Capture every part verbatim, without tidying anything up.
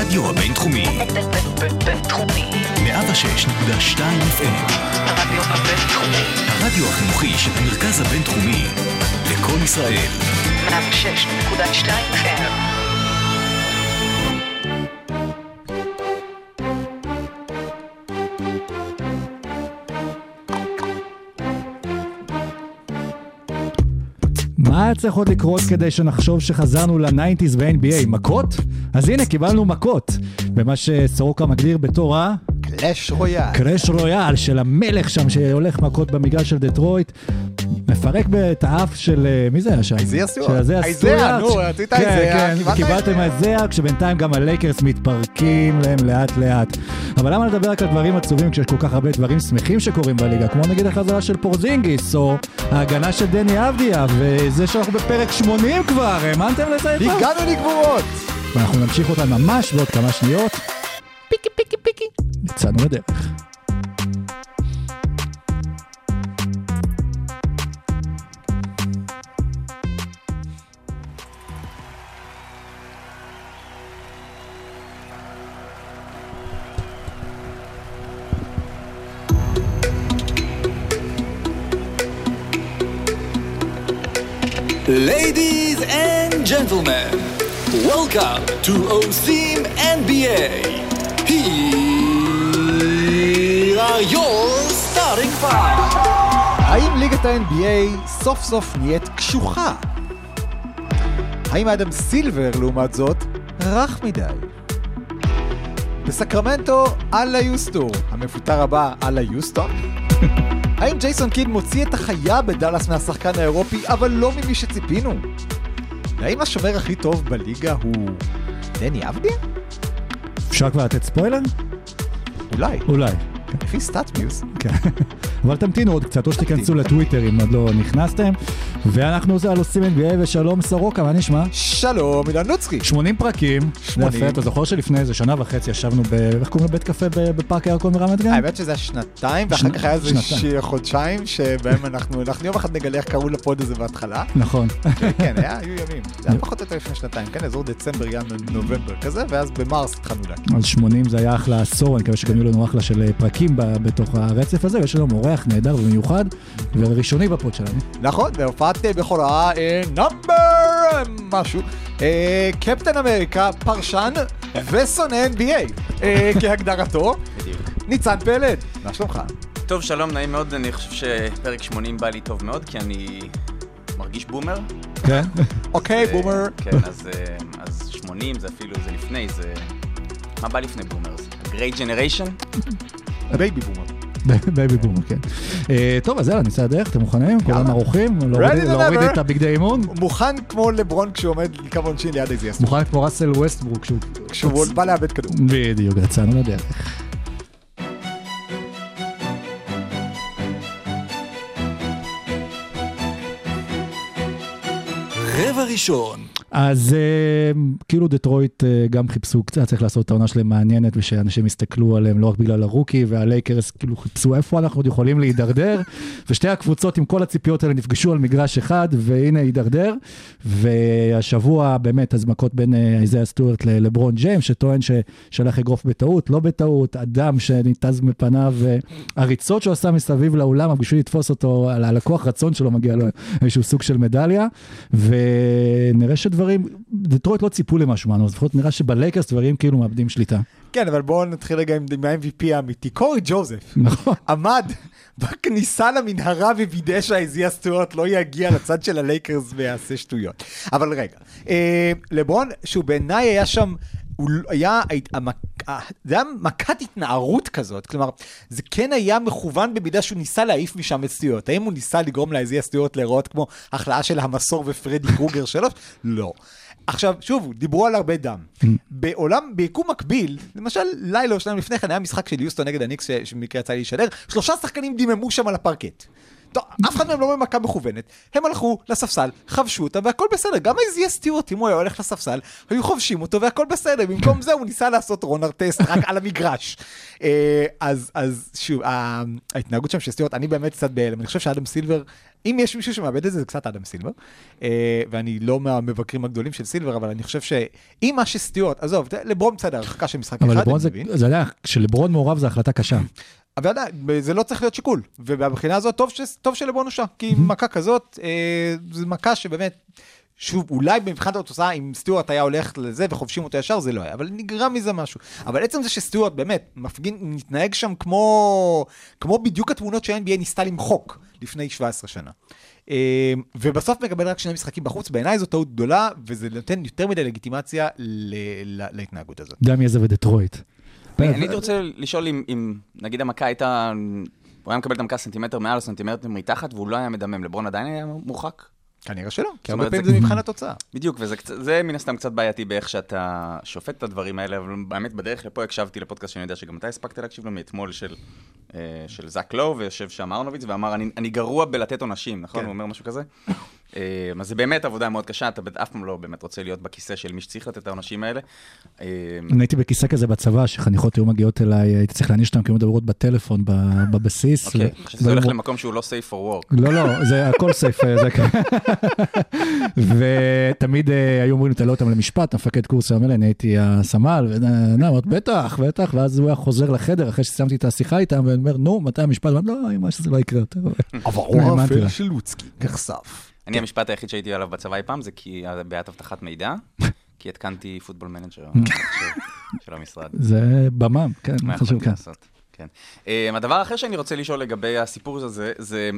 הרדיו הבינתחומי. בינתחומי. מאה ושש נקודה שתיים אף אם. הרדיו הבינתחומי. הרדיו החינוכי של המרכז הבינתחומי. לכל ישראל. מאה ושש נקודה שתיים אף אם. מה היה צריך עוד לקרות כדי שנחשוב שחזרנו ל-תשעים ב-אן בי איי? מכות? אז הנה, קיבלנו מכות. במה שסורוקה מגדיר בתור ה... קלאש רויאל. קלאש רויאל של המלך שם שהולך מכות במגרש של דטרויט. מפרק את האף של... מי זה היה שם? איזיה סטוארט. של איזיה איזיה, נו, רצית איזיה. כן, כן, קיבלתם איזיה, כשבינתיים גם הלייקרס מתפרקים להם לאט לאט. אבל למה לדבר רק על דברים עצובים כשיש כל כך הרבה דברים שמחים שקורים בליגה, כמו נגיד החזרה של פורזינגיס, או ההגנה של דני אבדיה, וזה שאנחנו בפרק שמונים כבר, האמנתם לזה? הגענו לגבורות. ואנחנו נמשיך אותם ממש בעוד כמה שניות. פיקי פיקי פיקי. יצאנו לדרך. Ladies and gentlemen, welcome to O S I M אן בי איי. Here are your starting five. האם ליגת ה-אן בי איי סוף סוף נהיית קשוחה? האם אדם סילבר לעומת זאת רך מדי? בסקרמנטו אללה יוסטור, המפוטר הבא אללה יוסטון? האם ג'ייסון קיד מוציא את החיה בדלס מהשחקן האירופי, אבל לא ממי שציפינו? והאם השומר הכי טוב בליגה הוא דני אבדיה? אפשר כבר לתת ספוילר? אולי. אולי. לפי סטאטביוס. כן. אבל תמתינו עוד קצת, או שתיכנסו לטוויטר אם עוד לא נכנסתם. ואנחנו זה על עושים אן בי איי, ושלום סורוקה, מה נשמע? שלום, אילן לוצקי. שמונים פרקים. שמונים. יפה, אתה זוכר שלפני איזה שנה וחצי ישבנו ב... איך קוראים לבית קפה בפארק הירקון ברמת גן? האמת שזה השנתיים, ואחר כך היה איזה חודשיים שבהם אנחנו, אנחנו יום אחד נגלה איך קראו לפוד הזה בהתחלה. נכון. כן, היה, היו ימים. זה היה פחות או יותר לפני שנתיים, כן, אזור דצמבר, גם נובמבר כזה, ואז במרס התחלנו להקים. אז שמונים זה היה אחלה עשור, אני מקווה שגם יהיו לנו אחלה של פרקים בתוך הרצף הזה, ויש לנו אורח נהדר ומיוחד, וראשוני בפוד שלנו. נכון, והופעת בכורה נאמבר משהו, קפטן אמריקה, פרשן ושונא אן בי איי, כהגדרתו, ניצן פלד, מה שלומך? טוב, שלום, נעים מאוד, אני חושב שפרק שמונים בא לי טוב מאוד, כי אני מרגיש בומר. כן? אוקיי, בומר. כן, אז שמונים זה אפילו, זה לפני, זה... מה בא לפני בומר? זה Great Generation? בייבי בומר. בייבי בומר, כן. טוב, אז יאללה, ניסה הדרך, אתם מוכנים? כולם ערוכים? להוריד את הביג די אימון? מוכן כמו לברון כשהוא עומד לקו עונשין ליד איזה יסטור. מוכן כמו ראסל ווסטברוק כשהוא בא לאבד כדור. בדיוק, יצאנו לדרך. רבע ראשון. אז כאילו דטרויט גם חיפשו קצת, צריך לעשות את העונה שלהם מעניינת, ושאנשים יסתכלו עליהם לא רק בגלל הרוקי, והלייקרס כאילו חיפשו איפה אנחנו עוד יכולים להידרדר, ושתי הקבוצות עם כל הציפיות האלה נפגשו על מגרש אחד, והנה הידרדר, והשבוע באמת הזמקות בין איזיה סטוארט ללברון ג'יימס, שטוען ששלח אגרוף בטעות, לא בטעות, אדם שניתז מפניו, הריצות שהוא עשה מסביב לאולם, בשביל לתפוס אותו על הלקוח רצון שלו, מגיע לו איזשהו סוג של מדליה, ונראה שדברים, דטרויט לא ציפו למשהו מענו, אז לפחות נראה שבלייקרס דברים כאילו מאבדים שליטה. כן, אבל בואו נתחיל רגע עם ה-אם וי פי האמיתי. קורי ג'וזף עמד בכניסה למנהרה ווידא שהאיזיה סטוארט לא יגיע לצד של הלייקרס ויעשה שטויות. אבל רגע, לברון, שהוא בעיניי היה שם, הוא היה, זה היה מכת התנערות כזאת, כלומר, זה כן היה מכוון במידה שהוא ניסה להעיף משם את סטוארט. האם הוא ניסה לגרום לאיזיה סטוארט להיראות כמו החלאה של המסור ופרדי קרוגר שלו? לא. עכשיו, שוב, דיברו על הרבה דם. בעולם, ביקום מקביל, למשל, לילה או שניים לפני כן, היה משחק של יוסטון נגד הניקס, שמקרה יצא לי לשדר, שלושה שחקנים דיממו שם על הפרקט. טוב, אף אחד מהם לא במכה מכוונת, הם הלכו לספסל, חבשו אותה והכל בסדר, גם איזיה סטיוארט, אם הוא היה הולך לספסל, היו חובשים אותו והכל בסדר, במקום זה הוא ניסה לעשות רונר טסט רק על המגרש. אז, אז שוב, ההתנהגות שם של סטיוארט, אני באמת קצת בהלם, אני חושב שאדם סילבר, אם יש מישהו שמאבד את זה, זה קצת אדם סילבר, ואני לא מהמבקרים הגדולים של סילבר, אבל אני חושב שאם מה שסטיוארט, עזוב, לברון בסדר, הרחקה של משחק אחד, אבל לברון זה, זה יודע, כשלברון מעורב זה החלטה קשה. אבל עדיין, זה לא צריך להיות שיקול, ובבחינה הזאת טוב, ש... טוב שלברון נושה, כי מכה כזאת, אה, זו מכה שבאמת, שוב, אולי במבחינת התוצאה, אם סטיוארט היה הולך לזה וחובשים אותו ישר, זה לא היה, אבל נגרם מזה משהו. אבל עצם זה שסטיוארט באמת מפגין, מתנהג שם כמו, כמו בדיוק התמונות ש-אן בי איי ניסתה למחוק לפני שבע עשרה שנה. אה, ובסוף מקבל רק שני משחקים בחוץ, בעיניי זו טעות גדולה, וזה נותן יותר מדי לגיטימציה ל... לה... להתנהגות הזאת. דמי איזה ודטרויט. אני הייתי רוצה לשאול אם, נגיד המכה הייתה, הוא היה מקבל את המכה סנטימטר מעל, סנטימטר מתחת, והוא לא היה מדמם. לברון עדיין היה מורחק? כנראה שלא, כי הרבה פעמים זה מבחן התוצאה. בדיוק, וזה מן הסתם קצת בעייתי באיך שאתה שופט את הדברים האלה, אבל באמת בדרך לפה הקשבתי לפודקאסט שאני יודע שגם אתה הספקת להקשיב לו מאתמול של זק לואו, ויושב שם ארנוביץ, ואמר, אני גרוע בלתת עונשים, נכון? הוא אומר משהו כזה? אז זה באמת עבודה מאוד קשה, אתה אף פעם לא באמת רוצה להיות בכיסא של מי שצריך לתת את העונשים האלה. אני הייתי בכיסא כזה בצבא, שחניכות היו מגיעות אליי, הייתי צריך להניש אותם כאילו מדברות בטלפון בבסיס. אוקיי, שזה הולך למקום שהוא לא safe for work. לא, לא, זה הכל safe. ותמיד היו אומרים, תעלה אותם למשפט, המפקד קורס אומר לי, אני הייתי הסמל, ואומרת, בטח, בטח, ואז הוא היה חוזר לחדר, אחרי שסיימתי את השיחה איתם, ואני אומר, נו, מתי המשפט? לא, מה שזה לא יקרה יותר. עברו האפל של לוצקי, כחשף. אני המשפט היחיד שהייתי עליו בצבא אי פעם, זה כי בעיית הבטחת מידע, כי התקנתי פוטבול מנג'ר של המשרד. זה במם, כן, חשוב כאן. כן. הדבר האחר שאני רוצה לשאול לגבי הסיפור הזה, זה,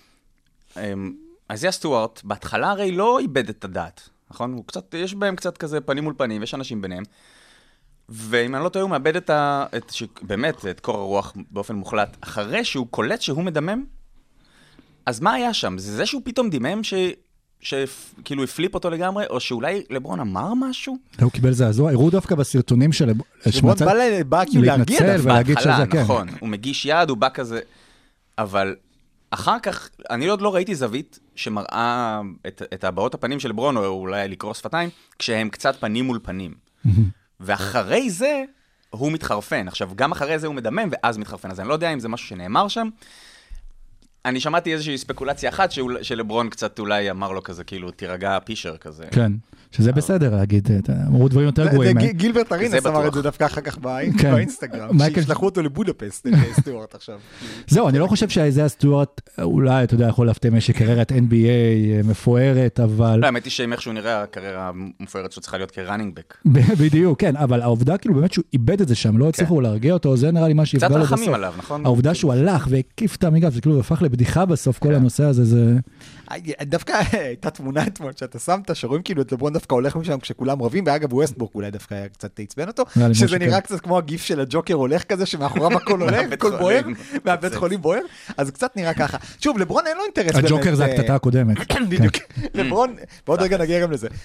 איזיה סטיוארט, בהתחלה הרי לא איבד את הדעת, נכון? הוא קצת, יש בהם קצת כזה פנים מול פנים, יש אנשים ביניהם, ואם אני לא טועה, הוא מאבד את ה, את, באמת, את קור הרוח באופן מוחלט, אחרי שהוא קולט שהוא מדמם, אז מה היה שם? זה זה שהוא פתאום דימם ש... שכאילו הפליפ אותו לגמרי, או שאולי לברון אמר משהו? הוא קיבל זעזוע, הראו דווקא בסרטונים של... לברון בא כאילו להרגיע דווקא. בהתחלה, נכון. הוא מגיש יד, הוא בא כזה... אבל אחר כך, אני עוד לא ראיתי זווית שמראה את, את הבעות הפנים של לברון, או אולי לקרוא שפתיים, כשהם קצת פנים מול פנים. ואחרי זה, הוא מתחרפן. עכשיו, גם אחרי זה הוא מדמם, ואז מתחרפן. אז אני לא יודע אם זה משהו שנאמר שם. אני שמעתי איזושהי ספקולציה אחת שלברון קצת אולי אמר לו כזה, כאילו, תירגע פישר כזה. כן, שזה בסדר להגיד, אמרו דברים יותר גרועים. גילברט ארינס אמר את זה דווקא אחר כך באינסטגרם, שישלחו אותו לבודפסט, סטיוארט עכשיו. זהו, אני לא חושב שאיזיה סטיוארט, אולי, אתה יודע, יכול להפתיע משהו קריירת אן בי איי מפוארת, אבל... האמת היא שאם איכשהו נראה, הקריירה המפוארת שלו צריכה להיות כראנינג בק. בדיוק, כן, אבל העובדה כאילו באמת שהוא איבד את זה שם, לא הצליחו להרגיע אותו, זה נראה לי מה שיפגע לו בסוף. העובדה שהוא הלך והקיף את המגרש, זה כאילו הפך לבדיחה בסוף, כל הנושא הזה, זה... דווקא הייתה תמונה אתמול שאתה שמת, שרואים כאילו את לברון דווקא הולך משם כשכולם רבים, ואגב ווסטברוק אולי דווקא היה קצת עצבן אותו, שזה נראה קצת כמו הגיף של הג'וקר הולך כזה, שמאחוריו הכל הולך, הכל בוער, מהבית חולים בוער, אז קצת נראה ככה. שוב, לברון אין לו אינטרס באמת. הג'וקר זה הקטטה הקודמת. בדיוק. לברון, ועוד רגע נגיע גם לזה.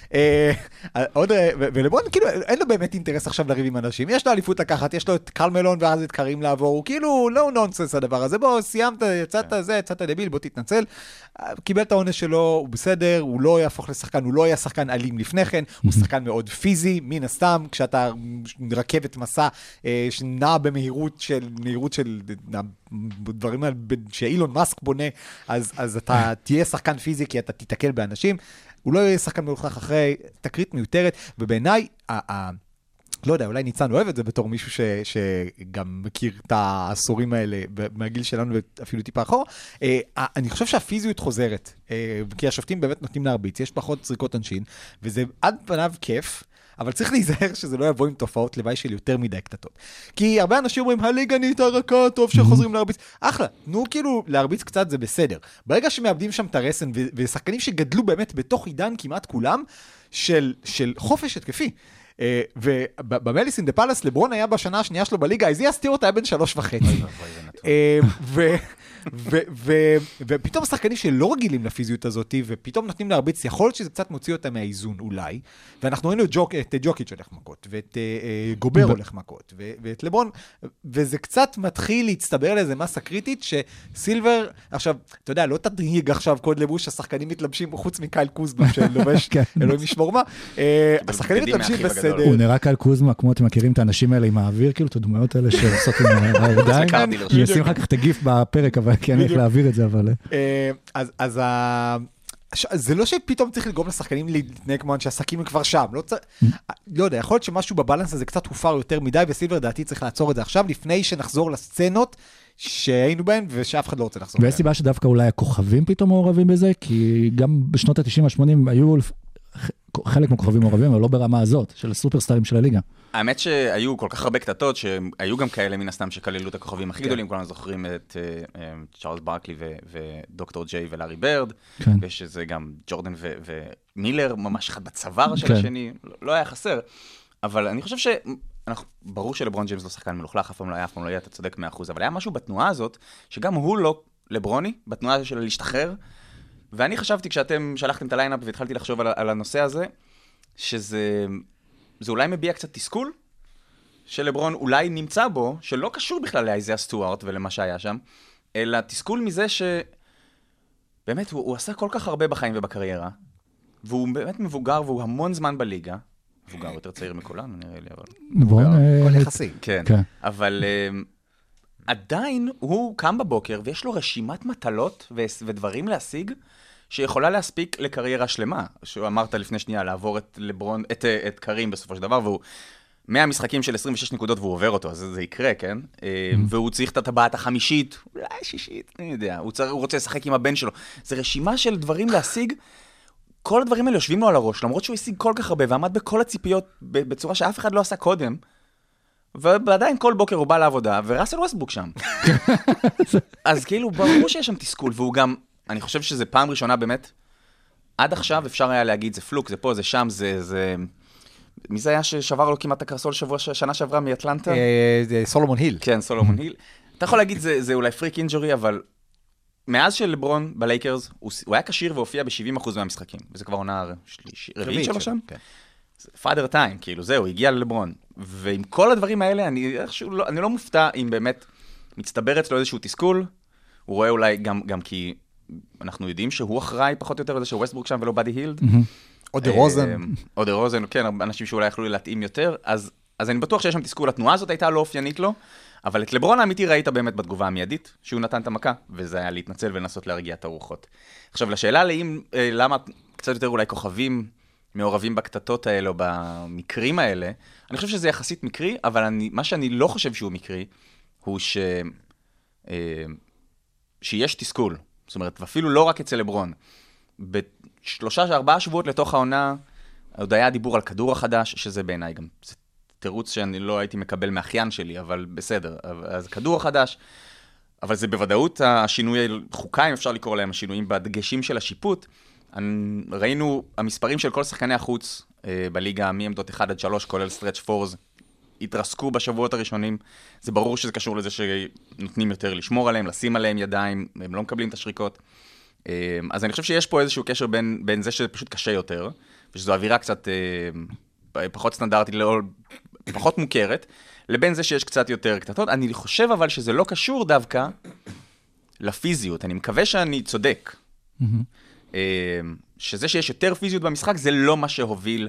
ולברון כאילו אין לו באמת אינטרס עכשיו לריב עם אנשים. יש לו אליפות לקחת, יש לו את קרל מלון ואז את קרים לעבור, הוא כאילו לא נונסנס הדבר הזה. בוא, סיימת, יצאת זה, יצאת דביל, בוא תתנצל. קיבל את העונש שלו, הוא בסדר, הוא לא יהפוך לשחקן, הוא לא היה שחקן אלים לפני כן, הוא שחקן מאוד פיזי, מן הסתם, כשאתה רכבת מסע שנע במהירות של, מהירות של דברים שאילון מאסק בונה, אז, אז אתה תהיה שחקן פיזי, כי אתה תתקל באנשים, הוא לא יהיה שחקן מלוכלך אחרי תקרית מיותרת, ובעיניי, לא יודע, אולי ניצן אוהב את זה בתור מישהו ש, שגם מכיר את העשורים האלה מהגיל שלנו ואפילו טיפה אחורה. אה, אני חושב שהפיזיות חוזרת, אה, כי השופטים באמת נותנים להרביץ, יש פחות זריקות עונשין, וזה עד פניו כיף, אבל צריך להיזהר שזה לא יבוא עם תופעות לוואי של יותר מדי קטטות. כי הרבה אנשים אומרים, הליגה נהייתה רכה, טוב שחוזרים להרביץ. אחלה, נו כאילו להרביץ קצת זה בסדר. ברגע שמאבדים שם את הרסן, ו- ושחקנים שגדלו באמת בתוך עידן כמעט כולם, של, של חופש התקפי. ובמליס אין דה פלאס, לברון היה בשנה השנייה שלו בליגה, איזיה סטיוארט היה בן שלוש וחצי. ופתאום השחקנים שלא רגילים לפיזיות הזאת, ופתאום נותנים להרביץ, יכול להיות שזה קצת מוציא אותם מהאיזון אולי, ואנחנו ראינו את ג'וקיץ' הולך מכות, ואת גובר הולך מכות, ואת לברון, וזה קצת מתחיל להצטבר לאיזה מסה קריטית, שסילבר, עכשיו, אתה יודע, לא תדהיג עכשיו קוד לבוש, השחקנים מתלבשים חוץ מקייל קוזמה, שלובש, אלוהים ישמור מה, השחקנים מתלבשים בסדר. הוא נראה קייל קוזמה, כמו אתם מכירים את האנשים האלה עם האוויר, כאילו, את הדמויות האלה שעושות עם הידיים. אני אשים אחר כך את הגיף בפרק, אבל כי אני איך להעביר את זה, אבל... אז זה לא שפתאום צריך לגרום לשחקנים להתנהג כמו שהשחקים הם כבר שם. לא יודע, יכול להיות שמשהו בבלנס הזה קצת הופר יותר מדי, וסילבר דעתי צריך לעצור את זה עכשיו, לפני שנחזור לסצנות שהיינו בהן, ושאף אחד לא רוצה לחזור. ויש סיבה שדווקא אולי הכוכבים פתאום מעורבים בזה, כי גם בשנות ה-תשעים ה-שמונים היו חלק מכוכבים מעורבים, אבל לא ברמה הזאת, של הסופרסטארים של הליגה. האמת שהיו כל כך הרבה קטטות, שהיו גם כאלה מן הסתם שכללו את הכוכבים הכי גדולים, כולנו זוכרים את צ'ארלס ברקלי ודוקטור ג'יי ולארי ברד, ויש איזה גם ג'ורדן ומילר, ממש אחד בצוואר של השני, לא היה חסר, אבל אני חושב שברור שלברון ג'יימס לא שחקן מלוכלך, אף פעם לא היה, אף פעם לא היה, אתה צודק מאה אחוז, אבל היה משהו בתנועה הזאת, שגם הוא לא לברוני, בתנועה של להשתחרר, ואני חשבתי כשאתם שלחתם את הליינאפ והתחלתי לחשוב על, על הנושא הזה, שזה זה אולי מביע קצת תסכול, שלברון אולי נמצא בו, שלא קשור בכלל לאיזיה סטוארט ולמה שהיה שם, אלא תסכול מזה שבאמת הוא, הוא עשה כל כך הרבה בחיים ובקריירה, והוא באמת מבוגר והוא המון זמן בליגה, מבוגר יותר צעיר מכולנו נראה לי, אבל... מבוגר, כל יחסי. כן, כן. אבל... עדיין הוא קם בבוקר ויש לו רשימת מטלות ו- ודברים להשיג שיכולה להספיק לקריירה שלמה. שהוא אמרת לפני שנייה לעבור את לברון, את, את קרים בסופו של דבר, והוא מאה משחקים של עשרים ושש נקודות והוא עובר אותו, אז זה יקרה, כן? Mm-hmm. והוא צריך את הטבעת החמישית, אולי שישית, אני יודע, הוא, צר, הוא רוצה לשחק עם הבן שלו. זה רשימה של דברים להשיג, כל הדברים האלה יושבים לו על הראש, למרות שהוא השיג כל כך הרבה ועמד בכל הציפיות בצורה שאף אחד לא עשה קודם, ועדיין כל בוקר הוא בא לעבודה, וראסל ווסטברוק שם. אז כאילו, ברור שיש שם תסכול, והוא גם, אני חושב שזה פעם ראשונה באמת, עד עכשיו אפשר היה להגיד, זה פלוק, זה פה, זה שם, זה... זה... מי זה היה ששבר לו כמעט הקרסול שבוע, שנה שעברה מאטלנטה? זה סולומון היל. כן, סולומון היל. אתה יכול להגיד, זה, זה אולי פריק אינג'ורי, אבל מאז של לברון בלייקרס, הוא, הוא היה קשיר והופיע ב-שבעים אחוז מהמשחקים, וזה כבר עונה רביעית שלו שם. כן. פאדר טיים, כאילו, זהו, הגיע ללברון. ועם כל הדברים האלה, אני, לא, אני לא מופתע אם באמת מצטבר אצלו איזשהו תסכול. הוא רואה אולי גם, גם כי אנחנו יודעים שהוא אחראי פחות או יותר לזה שווסטברוק שם ולא באדי הילד. או דה רוזן. או דה רוזן, כן, אנשים שאולי יכלו להתאים יותר. אז, אז אני בטוח שיש שם תסכול. התנועה הזאת הייתה לא אופיינית לו, אבל את לברון האמיתי ראית באמת בתגובה המיידית, שהוא נתן את המכה, וזה היה להתנצל ולנסות להרגיע את הרוחות. עכשיו, לשאלה לאם, למה קצת יותר אולי כוכבים מעורבים בקטטות האלה או במקרים האלה, אני חושב שזה יחסית מקרי, אבל אני, מה שאני לא חושב שהוא מקרי, הוא ש, אה, שיש תסכול. זאת אומרת, ואפילו לא רק אצל לברון. בשלושה, ארבעה שבועות לתוך העונה, עוד היה דיבור על כדור החדש, שזה בעיניי גם, זה תירוץ שאני לא הייתי מקבל מאחיין שלי, אבל בסדר. אז כדור החדש, אבל זה בוודאות השינוי, חוקיים אפשר לקרוא להם השינויים, בדגשים של השיפוט, ראינו המספרים של כל שחקני החוץ אה, בליגה, מעמדות אחת עד שלוש, כולל סטרץ' פורס, התרסקו בשבועות הראשונים. זה ברור שזה קשור לזה שנותנים יותר לשמור עליהם, לשים עליהם ידיים, הם לא מקבלים את השריקות. אה, אז אני חושב שיש פה איזשהו קשר בין, בין זה שפשוט קשה יותר, ושזו אווירה קצת אה, פחות סטנדרטית, לא, פחות מוכרת, לבין זה שיש קצת יותר קטטות. אני חושב אבל שזה לא קשור דווקא לפיזיות. אני מקווה שאני צודק. Mm-hmm. שזה שיש יותר פיזיות במשחק, זה לא מה שהוביל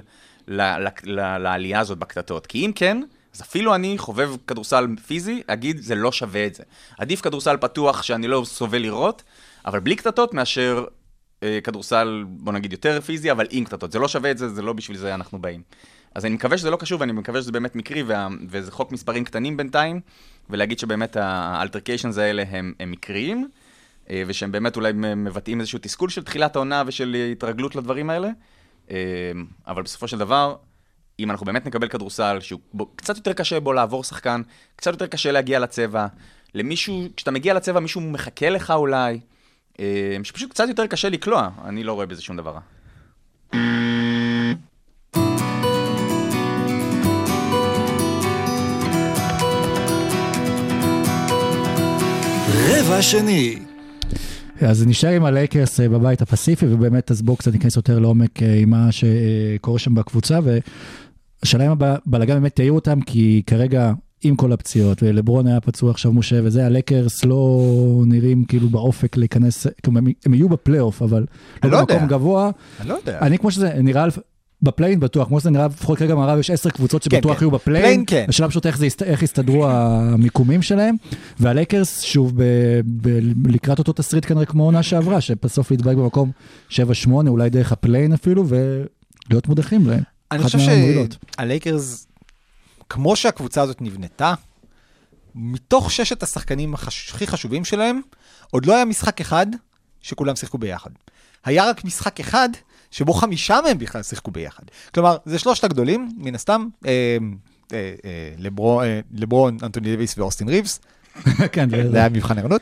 לעלייה הזאת בקטטות. כי אם כן, אז אפילו אני חובב כדורסל פיזי, אגיד, זה לא שווה את זה. עדיף כדורסל פתוח שאני לא סובל לראות, אבל בלי קטטות מאשר אה, כדורסל, בוא נגיד, יותר פיזי, אבל עם קטטות. זה לא שווה את זה, זה לא בשביל זה אנחנו באים. אז אני מקווה שזה לא קשור, ואני מקווה שזה באמת מקרי, וה, וזה חוק מספרים קטנים בינתיים, ולהגיד שבאמת האלטרקיישנס האלה הם, הם מקריים, ושהם באמת אולי מבטאים איזשהו תסכול של תחילת העונה ושל התרגלות לדברים האלה. אבל בסופו של דבר, אם אנחנו באמת נקבל כדורסל, שהוא קצת יותר קשה בו לעבור שחקן, קצת יותר קשה להגיע לצבע, למישהו, כשאתה מגיע לצבע, מישהו מחכה לך אולי, שפשוט קצת יותר קשה לקלוע, אני לא רואה בזה שום דבר רע. רבע שני. אז נשאר עם הלייקרס בבית הפסיפי, ובאמת אז בואו קצת ניכנס יותר לעומק עם מה שקורה שם בקבוצה, והשאלה אם הבלגן באמת תאיר אותם, כי כרגע עם כל הפציעות, ולברון היה פצוע עכשיו משה וזה, הלייקרס לא נראים כאילו באופק להיכנס, הם יהיו בפלייאוף, אבל לא במקום גבוה. אני לא יודע. אני כמו שזה נראה בפליין בטוח, כמו שזה נראה, לפחות כרגע מערב יש עשר קבוצות שבטוח יהיו בפליין, השאלה פשוט איך יסתדרו המיקומים שלהם, והלייקרס שוב לקראת אותו תסריט כנראה כמו עונה שעברה, שבסוף להתברג במקום שבע שמונה, אולי דרך הפליין אפילו, ולהיות מודחים להם. אני חושב שהלייקרס, כמו שהקבוצה הזאת נבנתה, מתוך ששת השחקנים הכי חשובים שלהם, עוד לא היה משחק אחד שכולם שיחקו ביחד. היה רק משחק אחד שבו חמישה מהם בכלל שיחקו ביחד. כלומר, זה שלושת הגדולים, מן הסתם, לברון, אנטוני דייביס ואוסטין ריבס. כן, זה היה מבחן ערנות.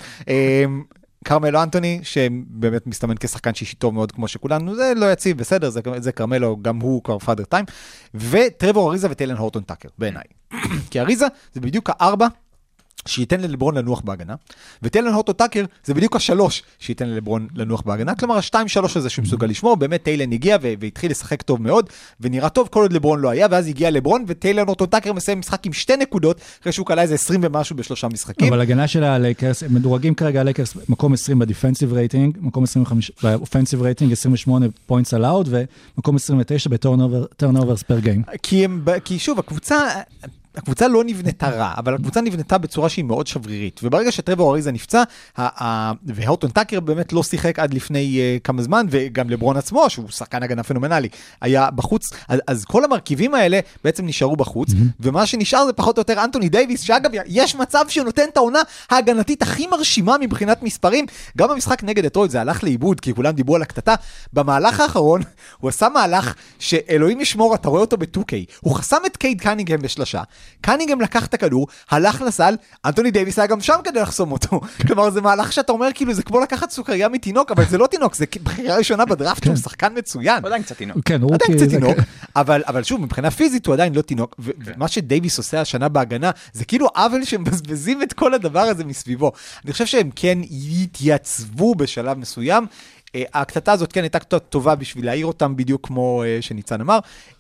קרמלו אנטוני, שבאמת מסתמן כשחקן שישי טוב מאוד כמו שכולנו, זה לא יציב, בסדר, זה קרמלו, גם הוא כבר פאדר טיים, וטרבור אריזה וטיילן הורטון טאקר, בעיניי. כי אריזה זה בדיוק הארבע, שייתן ללברון לנוח בהגנה, וטיילן הורטון טאקר זה בדיוק השלוש שייתן ללברון לנוח בהגנה, כלומר השתיים שלוש הזה שמסוגל לשמור, באמת טיילן הגיע והתחיל לשחק טוב מאוד, ונראה טוב כל עוד לברון לא היה, ואז הגיע לברון, וטיילן הורטון טאקר מסיים משחק עם שתי נקודות, אחרי שהוא קלה איזה עשרים ומשהו בשלושה משחקים. אבל הגנה של הלייקרס, הם מדורגים כרגע הלייקרס מקום עשרים בדיפנסיב רייטינג, מקום עשרים וחמש באופנסיב רייטינג, עשרים ושמונה points allowed, ומקום עשרים ותשע בטורנוברס פר גיים. כי הם, כי שוב, הקבוצה הקבוצה לא נבנתה רע, אבל הקבוצה נבנתה בצורה שהיא מאוד שברירית. וברגע שטרבור אריזה נפצע, והורטון טאקר באמת לא שיחק עד לפני כמה זמן, וגם לברון עצמו, שהוא שחקן הגנה פנומנלי, היה בחוץ. אז, אז כל המרכיבים האלה בעצם נשארו בחוץ, ומה שנשאר זה פחות או יותר אנטוני דייביס, שאגב, יש מצב שהוא נותן את העונה ההגנתית הכי מרשימה מבחינת מספרים. גם במשחק נגד דטרויט זה הלך לאיבוד, כי כולם דיברו על הקטטה. במהלך האחרון, הוא עשה מהלך שאלוהים ישמור, אתה רואה אותו ב-טו קיי. הוא חסם את קייד קנינגהם בשלשה. קנינגהם לקח את הכדור, הלך לסל, אנטוני דייביס היה גם שם כדי לחסום אותו. כלומר, זה מהלך שאתה אומר, כאילו, זה כמו לקחת סוכריה מתינוק, אבל זה לא תינוק, זה בחירה ראשונה בדראפט, הוא שחקן מצוין. עדיין קצת תינוק. כן, הוא עדיין קצת תינוק, אבל שוב, מבחינה פיזית הוא עדיין לא תינוק, ומה שדייביס עושה השנה בהגנה, זה כאילו עוול שהם מבזבזים את כל הדבר הזה מסביבו. אני חושב שהם כן יתייצבו בשלב מסוים, הקטטה הזאת כן הייתה קטטה טובה בשביל להעיר אותם בדיוק כמו שניצן אמר.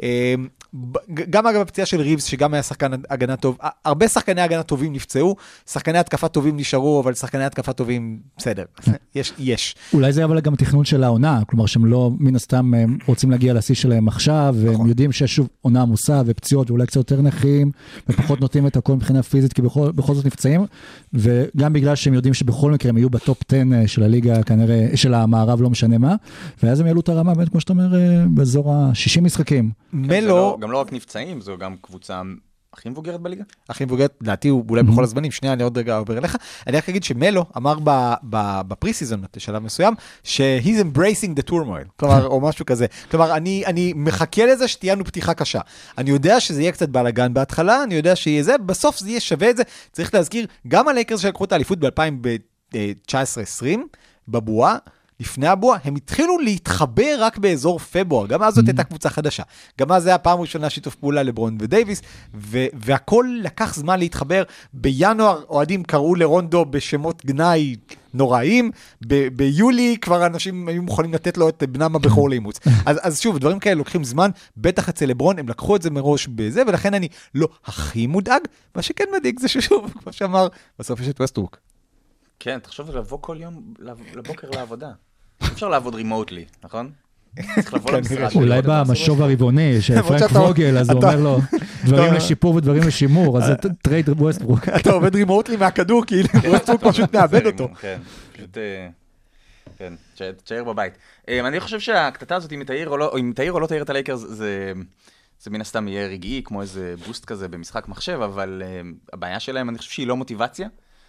גם אגב הפציעה של ריבס, שגם היה שחקן הגנה טוב, הרבה שחקני הגנה טובים נפצעו, שחקני התקפה טובים נשארו, אבל שחקני התקפה טובים, בסדר, יש, יש. אולי זה אבל גם תכנון של העונה, כלומר שהם לא מן הסתם רוצים להגיע לשיא שלהם עכשיו, והם יודעים שיש שוב עונה עמוסה ופציעות, ואולי קצת יותר נחים, ופחות נותנים את הכל מבחינה פיזית, כי בכל, בכל זאת נפצעים, וגם בגלל שהם יודעים שבכל מקרה הם יהיו בטופ עשר של הליגה, כנראה, של המערב, לא משנה מה, ואז הם יעלו את הרמה, באמת, כמו שאתה אומר, באזור ה-שישים משחקים. מלו, גם לא רק נפצעים, זו גם קבוצה הכי מבוגרת בליגה. הכי מבוגרת, לדעתי הוא אולי בכל הזמנים, שנייה, אני עוד רגע עובר אליך. אני רק אגיד שמלו אמר בפרי-סיזון, בשלב מסוים, ש-he's embracing the turmoil, כלומר, או משהו כזה. כלומר, אני מחכה לזה שתהיינו פתיחה קשה. אני יודע שזה יהיה קצת בלגן בהתחלה, אני יודע שיהיה זה, בסוף זה יהיה שווה את זה. צריך להזכיר, גם הלייקרס שלקחו את האליפות ב-אלפיים תשע עשרה עשרים, בבועה, לפני הבוע, הם התחילו להתחבר רק באזור פברואר, גם אז זאת הייתה קבוצה חדשה, גם אז זה היה פעם ראשונה שיתוף פעולה לברון ודייביס, והכל לקח זמן להתחבר, בינואר אוהדים קראו לרונדו בשמות גנאי נוראים, ביולי כבר אנשים היו מוכנים לתת לו את בנם הבכור לאימוץ, אז, אז שוב, דברים כאלה לוקחים זמן, בטח אצל לברון, הם לקחו את זה מראש בזה, ולכן אני לא הכי מודאג, מה שכן מדאיג זה ששוב, כמו שאמר, בסוף יש את ווסטברוק. כן, תחשוב לבוא כל יום לבוקר לעבודה. אפשר לעבוד רימוטלי, נכון? צריך לבוא למשרד. אולי במשוב הרבעוני, שפרנק ווגל, אז הוא אומר לו, דברים לשיפור ודברים לשימור, אז זה טרייד ווסטברוק. אתה עובד רימוטלי מהכדור, כי ווסטברוק פשוט מאבד אותו. כן, פשוט, כן, תשאר בבית. אני חושב שהקטטה הזאת, אם תאיר או לא תאיר את הלייקרס, זה מן הסתם יהיה רגעי, כמו איזה בוסט כזה במשחק מחשב, אבל הבעיה שלהם, אני חושב שהיא לא מוטיבציה.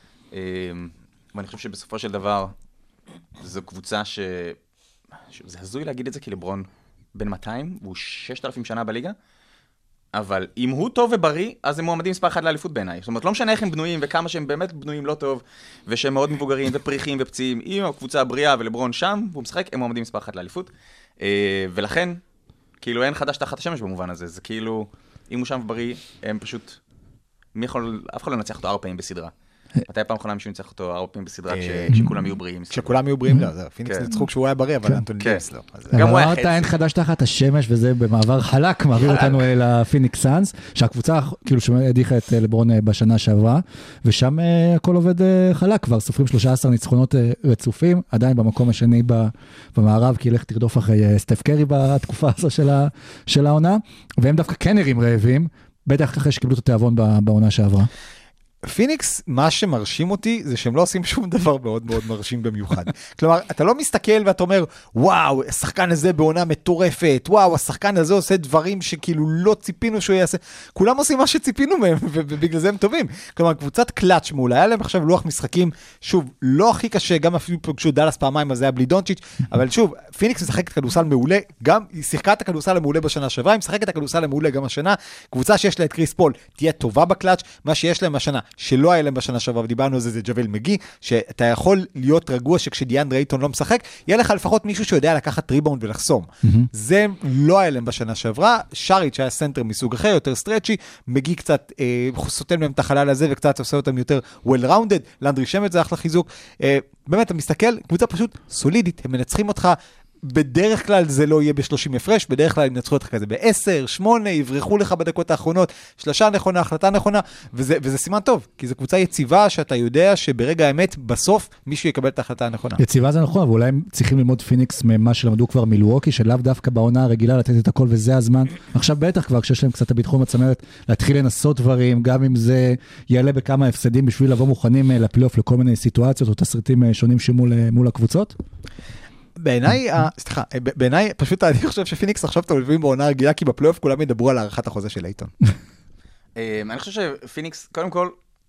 ואני חושב שבסופו של דבר, זו קבוצה ש... זה הזוי להגיד את זה, כי לברון בן מאתיים, הוא ששת אלפים שנה בליגה, אבל אם הוא טוב ובריא, אז הם מועמדים מספר אחד לאליפות בעיניי. זאת אומרת, לא משנה איך הם בנויים, וכמה שהם באמת בנויים לא טוב, ושהם מאוד מבוגרים ופריחים ופציעים, אם הקבוצה הבריאה ולברון שם, והוא משחק, הם מועמדים מספר אחד לאליפות. ולכן, כאילו אין חדש תחת השמש במובן הזה. זה כאילו, אם הוא שם ובריא, הם פשוט... מי יכול... אף אחד לא נצח אותו ארבע פעמים בסדרה. מתי פעם אחרונה מישהו ניצח אותו ארבע פעמים בסדרה כשכולם יהיו בריאים? כשכולם יהיו בריאים, לא, פיניקס ניצחו כשהוא היה בריא, אבל אנטוני דייוויס לא. גם הוא היה אמרת אין חדש תחת השמש, וזה במעבר חלק, מעביר אותנו לפיניקס סאנס, שהקבוצה כאילו שהדיחה את לברון בשנה שעברה, ושם הכל עובד חלק, כבר סופרים שלושה עשר ניצחונות רצופים, עדיין במקום השני במערב, כי ילך תרדוף אחרי סטף קרי בתקופה הזו של העונה, והם דווקא כן נראים רעבים, בטח אחרי שקיבלו את התיאבון בעונה שעברה. פיניקס, מה שמרשים אותי, זה שהם לא עושים שום דבר מאוד מאוד מרשים במיוחד. כלומר, אתה לא מסתכל ואתה אומר, וואו, השחקן הזה בעונה מטורפת, וואו, השחקן הזה עושה דברים שכאילו לא ציפינו שהוא יעשה. כולם עושים מה שציפינו מהם, ובגלל זה הם טובים. כלומר, קבוצת קלאץ' מעולה, היה להם עכשיו לוח משחקים, שוב, לא הכי קשה, גם אפילו פגשו דלס פעמיים, אז זה היה בלי דונצ'יץ', אבל שוב, פיניקס משחקת כדורסל מעולה, גם היא שיחקה את הכדורסל המעולה בשנה שעברה, היא משחקת את הכדורסל המעולה גם השנה. קבוצה שיש לה את קריס פול, תהיה טובה בקלאץ'. מה שיש להם השנה, שלא היה להם בשנה שעברה, ודיברנו על זה, זה ג'וול מגי, שאתה יכול להיות רגוע שכשדיאנדרה אייטון לא משחק, יהיה לך לפחות מישהו שיודע לקחת ריבאונד ולחסום. זה לא היה להם בשנה שעברה, שריץ' היה סנטר מסוג אחר, יותר סטרצ'י, מגי קצת אה, סותם להם את החלל הזה, וקצת עושה אותם יותר well-rounded, לנדרי שמט זה אחלה חיזוק. אה, באמת, אתה מסתכל, קבוצה פשוט סולידית, הם מנצחים אותך, בדרך כלל זה לא יהיה ב-שלושים הפרש, בדרך כלל הם נצחו אותך כזה ב-עשר, שמונה, יברחו לך בדקות האחרונות, שלושה נכונה, החלטה נכונה, וזה, וזה סימן טוב, כי זו קבוצה יציבה שאתה יודע שברגע האמת, בסוף מישהו יקבל את ההחלטה הנכונה. יציבה זה נכון, אבל אולי הם צריכים ללמוד פיניקס ממה שלמדו כבר מילווקי, שלאו דווקא בעונה הרגילה לתת את הכל, וזה הזמן. עכשיו בטח כבר, כשיש להם קצת הביטחון בצמרת, להתחיל לנסות דברים, גם אם זה יעלה בכמה הפסדים בשביל לבוא מוכנים לפלייאוף לכל מיני סיטואציות או תסריטים שונים שמול הקבוצות. בעיניי, סליחה, בעיניי פשוט אני חושב שפיניקס עכשיו תולבים בעונה רגילה, כי בפלייאוף כולם ידברו על הערכת החוזה של אייטון. אני חושב שפיניקס, קודם כל,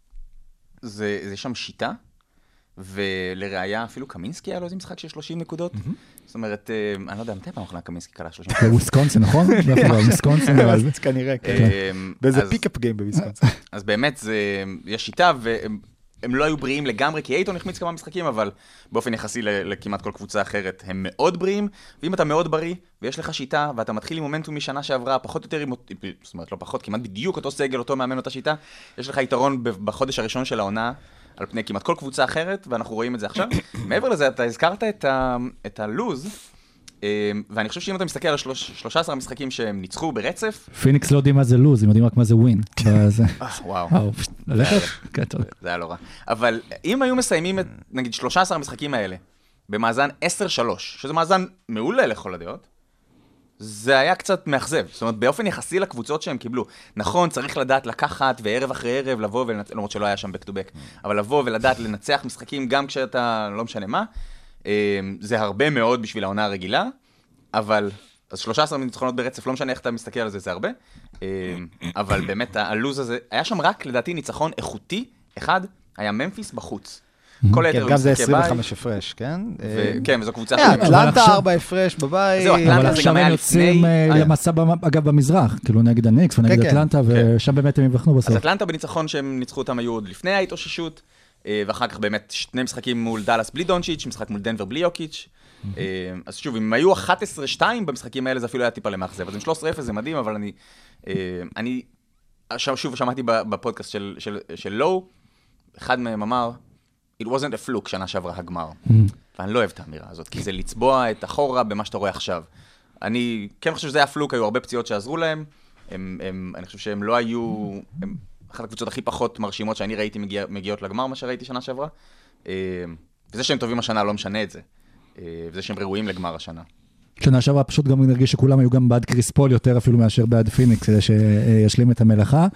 זה שם שיטה, ולראיה אפילו קמינסקי היה לו איזה משחק של שלושים נקודות. זאת אומרת, אני לא יודע, מתי פעם אחרונה קמינסקי קלה שלושים נקודות? בוויסקונסין, נכון? בוויסקונסין, כנראה, באיזה פיקאפ גיים בוויסקונסין. אז באמת, יש שיטה, הם לא היו בריאים לגמרי, כי אייטון החמיץ כמה משחקים, אבל באופן יחסי לכמעט כל קבוצה אחרת, הם מאוד בריאים, ואם אתה מאוד בריא, ויש לך שיטה, ואתה מתחיל עם מומנטום משנה שעברה, פחות או יותר, זאת אומרת, לא פחות, כמעט בדיוק אותו סגל, אותו מאמן, אותה שיטה, יש לך יתרון בחודש הראשון של העונה, על פני כמעט כל קבוצה אחרת, ואנחנו רואים את זה עכשיו. מעבר לזה, אתה הזכרת את ה, את הלוז, ואני חושב שאם אתה מסתכל על שלושה עשר המשחקים שהם ניצחו ברצף... פיניקס לא יודעים מה זה לוז, הם יודעים רק מה זה ווין. וואו. ללכת? זה היה לא רע. אבל אם היו מסיימים את, נגיד, שלושה עשר המשחקים האלה, במאזן עשר שלוש, שזה מאזן מעולה לכל הדעות, זה היה קצת מאכזב. זאת אומרת, באופן יחסי לקבוצות שהם קיבלו. נכון, צריך לדעת לקחת, וערב אחרי ערב לבוא ולנצח, למרות שלא היה שם back to back, אבל לבוא ולדעת לנצח משחקים גם כשאתה לא משנה מה, זה הרבה מאוד בשביל העונה הרגילה, אבל, אז שלושה עשר ניצחונות ברצף, לא משנה איך אתה מסתכל על זה, זה הרבה, אבל באמת הלוז הזה, היה שם רק לדעתי ניצחון איכותי, אחד, היה ממפיס בחוץ. גם זה עשרים וחמש הפרש, כן? כן, וזו קבוצה... אטלנטה ארבע הפרש בבית. אבל עכשיו הם יוצאים למסע, אגב, במזרח, כאילו נגד הניקס ונגד אטלנטה, ושם באמת הם יבחנו בסוף. אז אטלנטה בניצחון שהם ניצחו אותם היו עוד לפני ההתאוששות, ואחר כך באמת שני משחקים מול דלס בלי דונצ'יץ', משחק מול דנבר בלי יוקיץ'. אז שוב, אם היו אחת עשרה שתיים במשחקים האלה, זה אפילו היה טיפה למאכזב. אז עם שלוש עשרה אפס זה מדהים, אבל אני... אני שוב שמעתי בפודקאסט של לואו, אחד מהם אמר, it wasn't a fluke שנה שעברה הגמר. ואני לא אוהב את האמירה הזאת, כי זה לצבוע את אחורה במה שאתה רואה עכשיו. אני כן חושב שזה היה פלוק, היו הרבה פציעות שעזרו להם. אני חושב שהם לא היו... אחת הקבוצות הכי פחות מרשימות שאני ראיתי מגיע, מגיעות לגמר, מה שראיתי שנה שעברה. וזה שהם טובים השנה לא משנה את זה. וזה שהם ראויים לגמר השנה. שנה שעברה פשוט גם נרגיש שכולם היו גם בעד קריס פול יותר אפילו מאשר בעד פיניקס, כדי שישלים את המלאכה.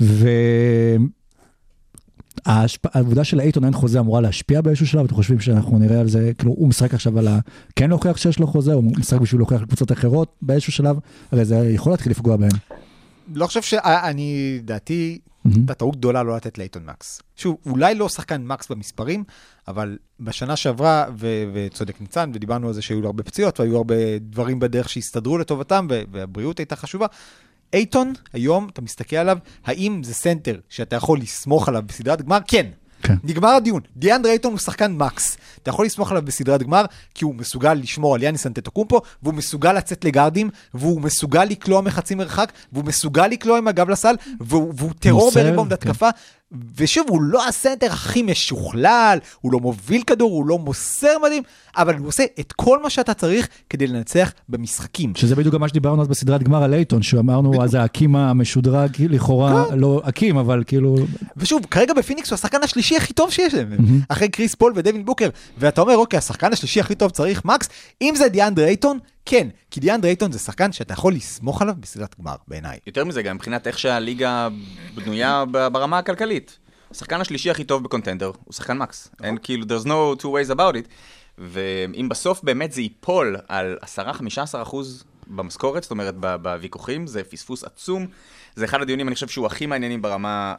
והעבודה של אייטון אין חוזה אמורה להשפיע באיזשהו שלב, אתם חושבים שאנחנו נראה על זה, כאילו הוא משחק עכשיו על ה... כן להוכיח שיש לו חוזה, הוא משחק בשביל להוכיח לקבוצות אחרות באיזשהו שלב, הרי זה יכול להתחיל לפגוע בהם. לא חושב שאני, דעתי, טעות גדולה לא לתת לאייטון מקס. שוב, אולי לא שחקן מקס במספרים, אבל בשנה שעברה, וצודק ניצן, ודיברנו על זה שהיו לו הרבה פציעות, והיו הרבה דברים בדרך שהסתדרו לטובתם, והבריאות הייתה חשובה. אייטון, היום, אתה מסתכל עליו, האם זה סנטר שאתה יכול לסמוך עליו בסדרת גמר? כן. נגמר הדיון. דיאנדרה אייטון הוא שחקן מקס. אתה יכול לסמוך עליו בסדרת גמר, כי הוא מסוגל לשמור על יאניס אנטטוקומפו, והוא מסוגל לצאת לגארדים, והוא מסוגל לקלוע מחצי מרחק, והוא מסוגל לקלוע עם הגב לסל, והוא טרור בריבאונד התקפה. ושוב, הוא לא הסנטר הכי משוכלל, הוא לא מוביל כדור, הוא לא מוסר מדהים, אבל הוא עושה את כל מה שאתה צריך כדי לנצח במשחקים. שזה בדיוק גם מה שדיברנו אז בסדרת גמר על אייטון, שאמרנו אז ההקים המשודרג, לכאורה לא הקים, אבל כאילו... ושוב, כרגע בפיניקס הוא השחקן השלישי הכי טוב שיש להם, אחרי קריס פול ודווין בוקר, ואתה אומר, אוקיי, השחקן השלישי הכי טוב צריך מקס, אם זה דיאנדרה אייטון, כן, כי דיאנדרה אייטון זה שחקן שאתה יכול לסמוך עליו בסדרת גמר, בעיניי. יותר מזה, גם מבחינת איך שהליגה בנויה ברמה הכלכלית. השחקן השלישי הכי טוב בקונטנדר הוא שחקן מקס. אין כאילו, there's no two ways about it. ואם בסוף באמת זה ייפול על עשרה עד חמישה עשר אחוז במשכורת, זאת אומרת, בוויכוחים, זה פספוס עצום. זה אחד הדיונים, אני חושב שהוא הכי מעניינים ברמה,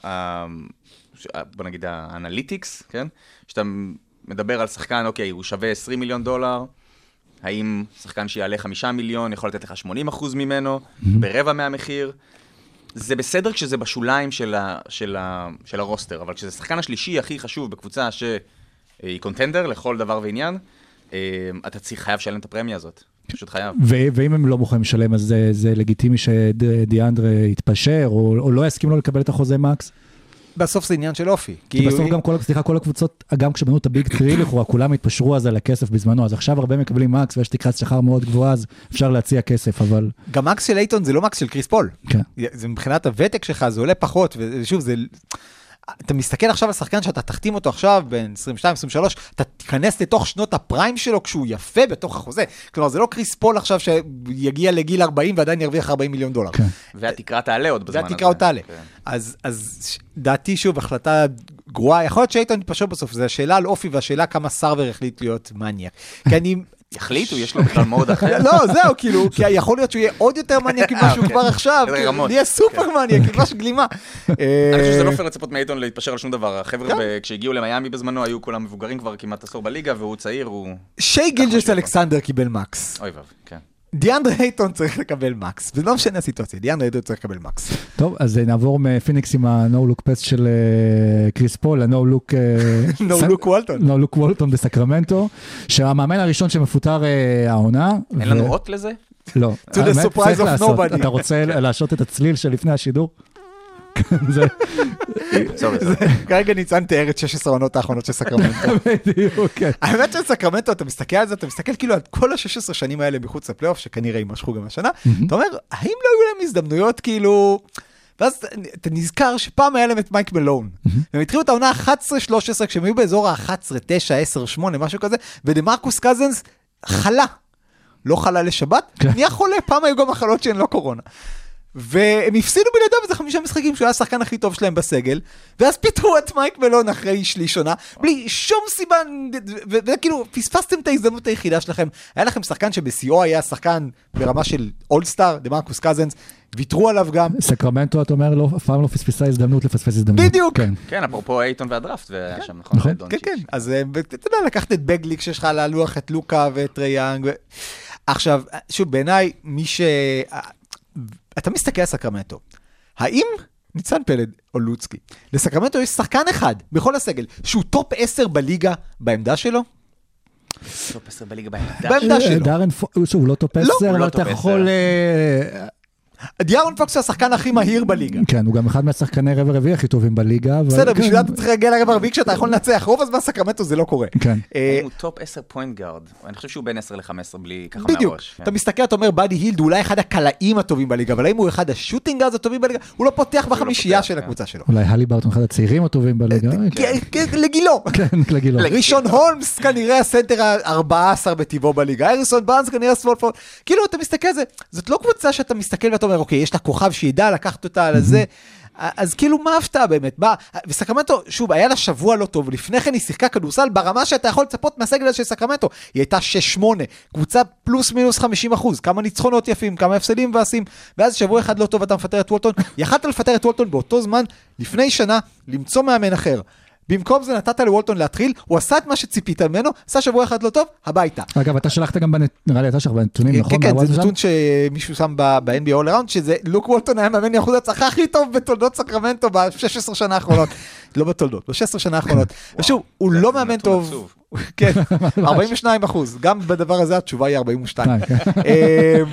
בוא נגיד, האנליטיקס, כן? שאתה מדבר על שחקן, אוקיי, הוא שווה עשרים מיליון דולר, האם שחקן שיעלה חמישה מיליון יכול לתת לך שמונים אחוז ממנו, ברבע מהמחיר? זה בסדר כשזה בשוליים של, ה, של, ה, של הרוסטר, אבל כשזה שחקן השלישי הכי חשוב בקבוצה שהיא קונטנדר לכל דבר ועניין, אתה צריך חייב לשלם את הפרמיה הזאת. פשוט חייב. ו- ואם הם לא מוכנים לשלם, אז זה, זה לגיטימי שדיאנדרה יתפשר, או, או לא יסכים לו לקבל את החוזה מקס? בסוף זה עניין של אופי. כי בסוף גם כל, סליחה, כל הקבוצות, גם כשבנו את הביג טרי לכאורה, כולם התפשרו אז על הכסף בזמנו, אז עכשיו הרבה מקבלים מקס, ויש תקרת שכר מאוד גבוהה, אז אפשר להציע כסף, אבל... גם מקס של אייטון זה לא מקס של קריס פול. כן. זה מבחינת הוותק שלך, זה עולה פחות, ושוב, זה... אתה מסתכל עכשיו על שחקן שאתה תחתים אותו עכשיו בין עשרים ושתיים עשרים ושלוש, אתה תיכנס לתוך שנות הפריים שלו כשהוא יפה בתוך החוזה. כלומר, זה לא קריס פול עכשיו שיגיע לגיל ארבעים ועדיין ירוויח ארבעים מיליון דולר. כן. והתקרה תעלה עוד בזמן הזה. והתקרה עוד תעלה. אז, אז דעתי שוב, החלטה גרועה, יכול להיות שאייטון יתפשר בסוף, זה השאלה על אופי והשאלה כמה סרבר החליט להיות מניאק. כי אני... יחליטו, יש לו בכלל מאוד אחר. לא, זהו, כאילו, כי יכול להיות שהוא יהיה עוד יותר מניאק ממה שהוא כבר עכשיו, נהיה סופר מניאק, ממש גלימה. אני חושב שזה לא פייר לצפות מאייטון להתפשר על שום דבר. החבר'ה, כשהגיעו למיימי בזמנו, היו כולם מבוגרים כבר כמעט עשור בליגה, והוא צעיר, הוא... שי גילג'ס אלכסנדר קיבל מקס. אוי ואב, כן. דיאנדרה אייטון צריך לקבל מקס, ולא משנה הסיטואציה, דיאנדרה אייטון צריך לקבל מקס. טוב, אז נעבור מפיניקס עם ה-No Look Pass של קריס פול, ה-No Look... No Look וולטון. No Look וולטון בסקרמנטו, שהמאמן הראשון שמפוטר העונה. אין לנו אות לזה? לא. To the surprise of nobody. אתה רוצה להשעות את הצליל של לפני השידור? כרגע ניצן תיאר את שש עשרה העונות האחרונות של סקרמנטו. בדיוק, כן. האמת של סקרמנטו, אתה מסתכל על זה, אתה מסתכל כאילו על כל ה-שש עשרה שנים האלה מחוץ לפלייאוף, שכנראה יימשכו גם השנה, אתה אומר, האם לא היו להם הזדמנויות כאילו... ואז אתה נזכר שפעם היה להם את מייק מלון, והם התחילו את העונה אחת עשרה שלוש עשרה, כשהם היו באזור ה-אחת עשרה תשע עשר שמונה, משהו כזה, ודמרקוס קזנס חלה. לא חלה לשבת, נהיה חולה, פעם היו גם מחלות שהן לא קורונה. והם הפסידו בלעדיו איזה חמישה משחקים שהוא היה השחקן הכי טוב שלהם בסגל, ואז פיתרו את מייק מלון אחרי שליש עונה, בלי שום סיבה, וכאילו פספסתם את ההזדמנות היחידה שלכם. היה לכם שחקן שבסיוע היה שחקן ברמה של אולסטאר, דמרקוס קזנס, ויתרו עליו גם. סקרמנטו, אתה אומר, אף פעם לא פספסה הזדמנות לפספס הזדמנות. בדיוק. כן, אפרופו אייטון והדראפט, והיה שם נכון. כן, כן. אז אתה יודע, לקחת את בגליק שיש לך על הלוח, את לוקה ואת ריאנג. עכשיו, שוב, בעיניי, מי ש... אתה מסתכל על סקרמנטו, האם ניצן פלד או לוצקי, לסקרמנטו יש שחקן אחד בכל הסגל, שהוא טופ עשר בליגה בעמדה שלו? טופ עשר בליגה בעמדה? בעמדה שלו. דארן פוקס, הוא לא טופ עשר, אבל אתה יכול... דיארון פוקס הוא השחקן הכי מהיר בליגה. כן, הוא גם אחד מהשחקני רבע רביעי הכי טובים בליגה. בסדר, בשביל אתה צריך להגיע לרבע רביעי כשאתה יכול לנצח. רוב הזמן סקרמנטו זה לא קורה. כן. הוא טופ עשר פוינט גארד. אני חושב שהוא בין עשר ל-חמש עשרה בלי ככה מהראש. בדיוק. אתה מסתכל, אתה אומר, באדי הילד הוא אולי אחד הקלעים הטובים בליגה, אבל האם הוא אחד השוטינג גארדס הטובים בליגה? הוא לא פותח בחמישייה של הקבוצה שלו. אולי הלי ברטון אחד הצעירים הטובים בליגה. לגילו. כן, לגילו. ראשון הולמס כנראה הסנטר ה-ארבע עשרה בטבעו בליגה. אריסון בארנס כנראה סמול-פורט. כאילו אתה מסתכל על זה, זאת לא קבוצה שאתה מסתכל ואתה אומר, אוקיי, יש לה כוכב שידע לקחת אותה על הזה, אז כאילו מה הפתעה באמת? בא, וסקרמנטו, שוב, היה לה שבוע לא טוב, לפני כן היא שיחקה כדורסל ברמה שאתה יכול לצפות מהסגל של סקרמנטו, היא הייתה שש שמונה, קבוצה פלוס מינוס חמישים אחוז, כמה ניצחונות יפים, כמה הפסדים ועשים, ואז שבוע אחד לא טוב אתה מפטר את וולטון, יכלת לפטר את וולטון באותו זמן, לפני שנה, למצוא מאמן אחר. במקום זה נתת לוולטון להתחיל, הוא עשה את מה שציפית ממנו, עשה שבוע אחד לא טוב, הביתה. אגב, אתה שלחת גם, נראה לי, אתה שלחת בנתונים, נכון? כן, כן, זה נתון שמישהו שם ב-אן בי איי All Around, שזה לוק וולטון היה מאמן יחוד הצלחה הכי טוב בתולדות סקרמנטו ב-שש עשרה שנה האחרונות. לא בתולדות, ב-שש עשרה שנה האחרונות. ושוב, הוא לא מאמן טוב. כן, ארבעים ושניים אחוז. גם בדבר הזה התשובה היא ארבעים ושתיים.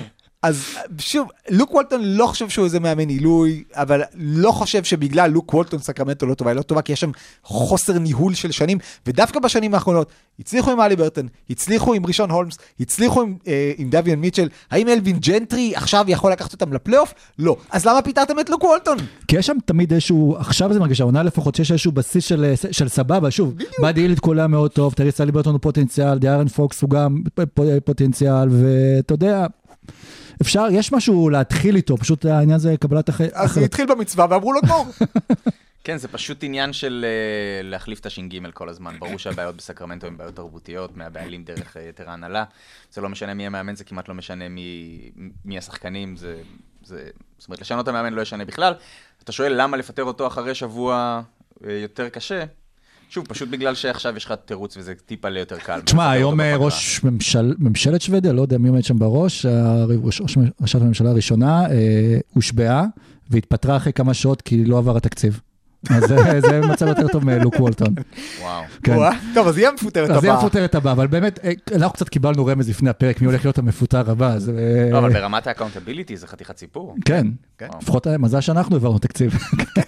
אז שוב, לוק וולטון לא חושב שהוא איזה מאמן עילוי, אבל לא חושב שבגלל לוק וולטון סקרמנטו לא טובה, היא לא טובה, כי יש שם חוסר ניהול של שנים, ודווקא בשנים האחרונות, הצליחו עם אלי ברטון, הצליחו עם ראשון הולמס, הצליחו עם, אה, עם דוויאן מיטשל, האם אלווין ג'נטרי עכשיו יכול לקחת אותם לפלייאוף? לא. אז למה פיתרתם את לוק וולטון? כי יש שם תמיד איזשהו, עכשיו זה מרגיש, העונה לפחות שיש איזשהו בסיס של, של סבבה, שוב, באדי הילד קולה מאוד טוב, תריס אלי ברטון הוא פוטנציאל, דיארן פוקס הוא גם פוטנציאל, ואתה יודע, אפשר, יש משהו להתחיל איתו, פשוט העניין זה קבלת אחרי... אז הוא התחיל במצווה ואמרו לו גמור. כן, זה פשוט עניין של uh, להחליף את הש"ג כל הזמן. ברור שהבעיות בסקרמנטו הן בעיות תרבותיות, מהבעלים דרך יתר ההנהלה. זה לא משנה מי המאמן, זה כמעט לא משנה מי, מי השחקנים. זה, זה, זאת אומרת, לשנות המאמן לא ישנה בכלל. אתה שואל למה לפטר אותו אחרי שבוע uh, יותר קשה? שוב, פשוט בגלל שעכשיו יש לך תירוץ וזה טיפה ליותר קל. תשמע, היום ראש ממשל, ממשלת שוודיה, לא יודע מי עומד שם בראש, ראשת הממשלה הראשונה, הושבעה והתפטרה אחרי כמה שעות כי לא עבר התקציב. אז זה מצב יותר טוב מלוק וולטון. וואו. טוב, אז יהיה מפוטרת הבא. אז יהיה מפוטרת הבא, אבל באמת, אנחנו קצת קיבלנו רמז לפני הפרק, מי הולך להיות המפוטר הבא. לא, אבל ברמת האקאונטביליטי זה חתיכת סיפור. כן, לפחות מזל שאנחנו העברנו תקציב.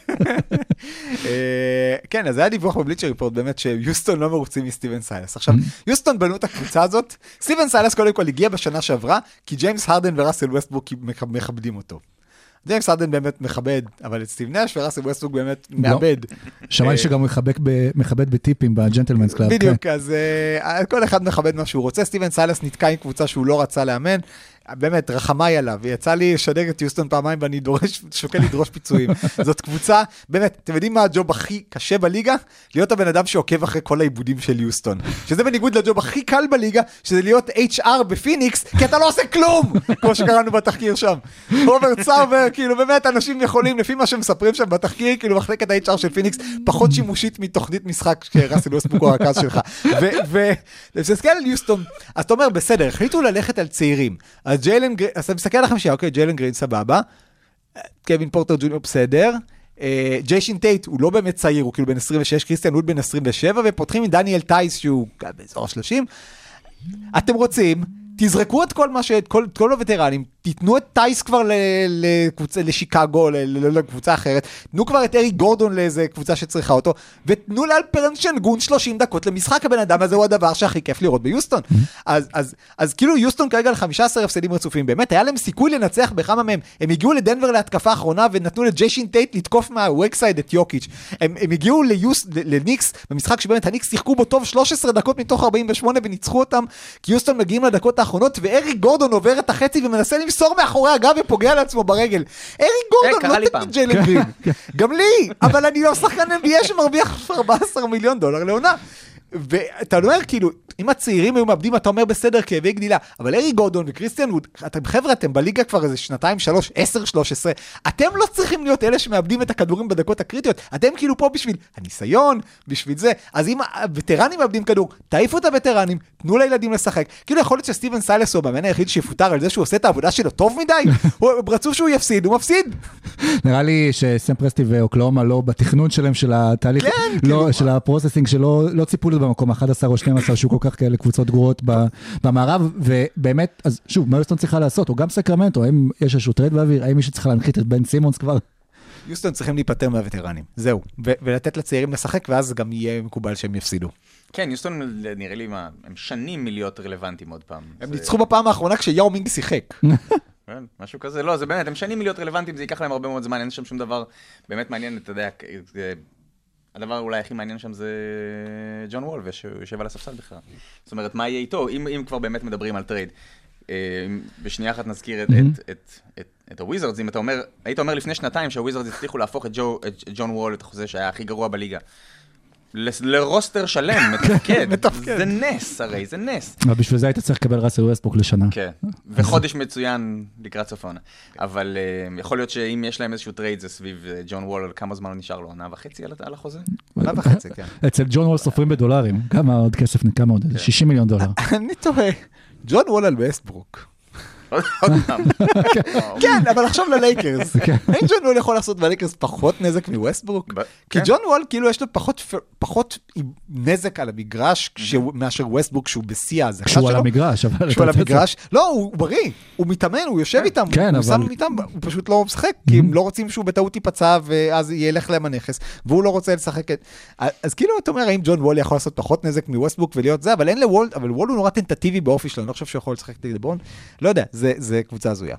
כן, אז היה דיווח בבליצ'ר ריפורט באמת שיוסטון לא מרוצים מסטיבן סיילס. עכשיו, יוסטון בנו את הקבוצה הזאת, סטיבן סיילס קודם כל הגיע בשנה שעברה, כי ג'יימס הרדן וראסל ווסטברוק מכבדים אותו. ג'יימס הרדן באמת מכבד, אבל את סטיב נש וראסל ווסטברוק באמת מאבד. שמעתי שגם הוא מכבד בטיפים בג'נטלמנס קלאב. בדיוק, אז כל אחד מכבד מה שהוא רוצה. סטיבן סיילס נתקע עם קבוצה שהוא לא רצה לאמן. באמת, רחמי עליו, ויצא לי לשדג את יוסטון פעמיים, ואני דורש, שוקל לדרוש פיצויים. זאת קבוצה, באמת, אתם יודעים מה הג'וב הכי קשה בליגה? להיות הבן אדם שעוקב אחרי כל העיבודים של יוסטון. שזה בניגוד לג'וב הכי קל בליגה, שזה להיות אייץ' אר בפיניקס, כי אתה לא עושה כלום! כמו שקראנו בתחקיר שם. רוברט סאובר, כאילו, באמת, אנשים יכולים, לפי מה שמספרים שם בתחקיר, כאילו, מחלקת ה-אייץ' אר של פיניקס, פחות שימושית מתוכנית משחק שראסל ווסטברוק הוא הרכז שלך. ו-ו-ו-וכשתסתכל על יוסטון, אז אתה אומר, בסדר, החליטו ללכת על צעירים. אז ג'יילן גרין, אז אתה מסתכל לכם שיה, אוקיי, ג'יילן גרין סבבה, קווין פורטר ג'וניור בסדר, ג'יישין טייט הוא לא באמת צעיר, הוא כאילו בן עשרים ושש, קריסטיאן ווד בן עשרים ושבע, ופותחים עם דניאל טייס שהוא באזור שלושים. אתם רוצים, תזרקו את כל מה ש... את כל, את כל הווטרנים, תיתנו את טייס כבר לקבוצה, לשיקגו, לקבוצה אחרת, תנו כבר את ארי גורדון לאיזה קבוצה שצריכה אותו, ותנו לאלפרן שנגון שלושים דקות למשחק. הבן אדם הזה הוא הדבר שהכי כיף לראות ביוסטון. אז, אז, אז כאילו יוסטון כרגע ל-חמישה עשר הפסדים רצופים, באמת היה להם סיכוי לנצח בכמה מהם. הם הגיעו לדנבר להתקפה האחרונה, ונתנו לג'יישין טייט לתקוף מהווקסייד את יוקיץ'. הם, הם הגיעו ליוס, לניקס, במשחק שבאמת הניקס שיחקו בו טוב שלוש עשרה דקות מתוך ארבעים ושמונה, וניצחו אותם, כי יוסטון מגיעים לדקות האחרונות, וארי גורדון עובר את החצי ומנסה למסור מאחורי הגב ופוגע לעצמו ברגל. ארי גורדון לא תגיד ג'יילן גרין. גם לי, אבל אני לא שחקן אן בי איי שמרוויח ארבעה עשר מיליון דולר לעונה. ואתה אומר, כאילו, אם הצעירים היו מאבדים, אתה אומר בסדר, כאבי גדילה, אבל ארי גורדון וקריסטיאן ווד, אתם חבר'ה, אתם בליגה כבר איזה שנתיים, שלוש, עשר, שלוש עשרה, אתם לא צריכים להיות אלה שמאבדים את הכדורים בדקות הקריטיות, אתם כאילו פה בשביל הניסיון, בשביל זה, אז אם הווטרנים מאבדים כדור, תעיפו את הווטרנים, תנו לילדים לשחק, כאילו יכול להיות שסטיבן סיילס הוא המאמן היחיד שיפוטר על זה שהוא עושה את העבודה שלו טוב מדי, הוא רצו שהוא יפסיד, הוא מפסיד. נראה לי שסם פרסטי ואוקלאומה לא בתכנון שלהם של התהליך, לא, של הפרוססינג שלו, לא ציפו לזה במקום אחד עשר או שתים עשרה שהוא כל כך כאלה קבוצות גרועות במערב, ובאמת, אז שוב, מה יוסטון צריכה לעשות? או גם סקרמנטו, האם יש איזשהו טרייד באוויר? האם מישהו צריכה להנחית את בן סימונס כבר? יוסטון צריכים להיפטר מהווטרנים, זהו, ולתת לצעירים לשחק, ואז גם יהיה מקובל שהם יפסידו. כן, יוסטון נראה לי מה, הם שנים מלהיות רלוונטיים עוד פעם. הם ניצחו בפעם האחרונה כשיאו מינג שיחק. כן, משהו כזה, לא, זה באמת, הם שנים מלהיות רלוונטיים, זה ייקח להם הרבה מאוד זמן, אין שם שום דבר באמת מעניין, אתה יודע, הדבר אולי הכי מעניין שם זה ג'ון וול, שהוא יושב על הספסל בכלל. זאת אומרת, מה יהיה איתו, אם, אם כבר באמת מדברים על טרייד. בשנייה אחת נזכיר את, את, את, את, את הוויזרדס, אם אתה אומר, היית אומר לפני שנתיים שהוויזרדס הצליחו להפוך את, ג'ו, את ג'ון וול, את החוזה שהיה הכי גרוע בליגה. לרוסטר שלם, מתפקד. זה נס, הרי, זה נס. בשביל זה היית צריך לקבל ראסל ווסטברוק לשנה. כן, וחודש מצוין לקראת סוף העונה. אבל יכול להיות שאם יש להם איזשהו טרייד, זה סביב ג'ון וול, כמה זמן נשאר לו? עונה וחצי על החוזה? עונה וחצי, כן. אצל ג'ון וול סופרים בדולרים. כמה עוד כסף, כמה עוד? שישים מיליון דולר. אני תוהה, ג'ון וול על ווסטברוק. עוד פעם. כן, אבל עכשיו ללייקרס. האם ג'ון וול יכול לעשות בלייקרס פחות נזק מווסטברוק? כי ג'ון וול כאילו יש לו פחות נזק על המגרש מאשר ווסטברוק שהוא בשיא הזה. כשהוא על המגרש. כשהוא על המגרש. לא, הוא בריא. הוא מתאמן, הוא יושב איתם. הוא שם איתם, הוא פשוט לא משחק. כי הם לא רוצים שהוא בטעות ייפצע ואז ילך להם הנכס. והוא לא רוצה לשחק. אז כאילו אתה אומר, האם ג'ון וול יכול לעשות פחות נזק מווסטברוק ולהיות זה, אבל אין לוול, אבל וול הוא נורא טנטטיבי באופי שלו. אני לא חושב שהוא יכול לשחק נגד לברון. לא יודע, זה, זה קבוצה הזויה.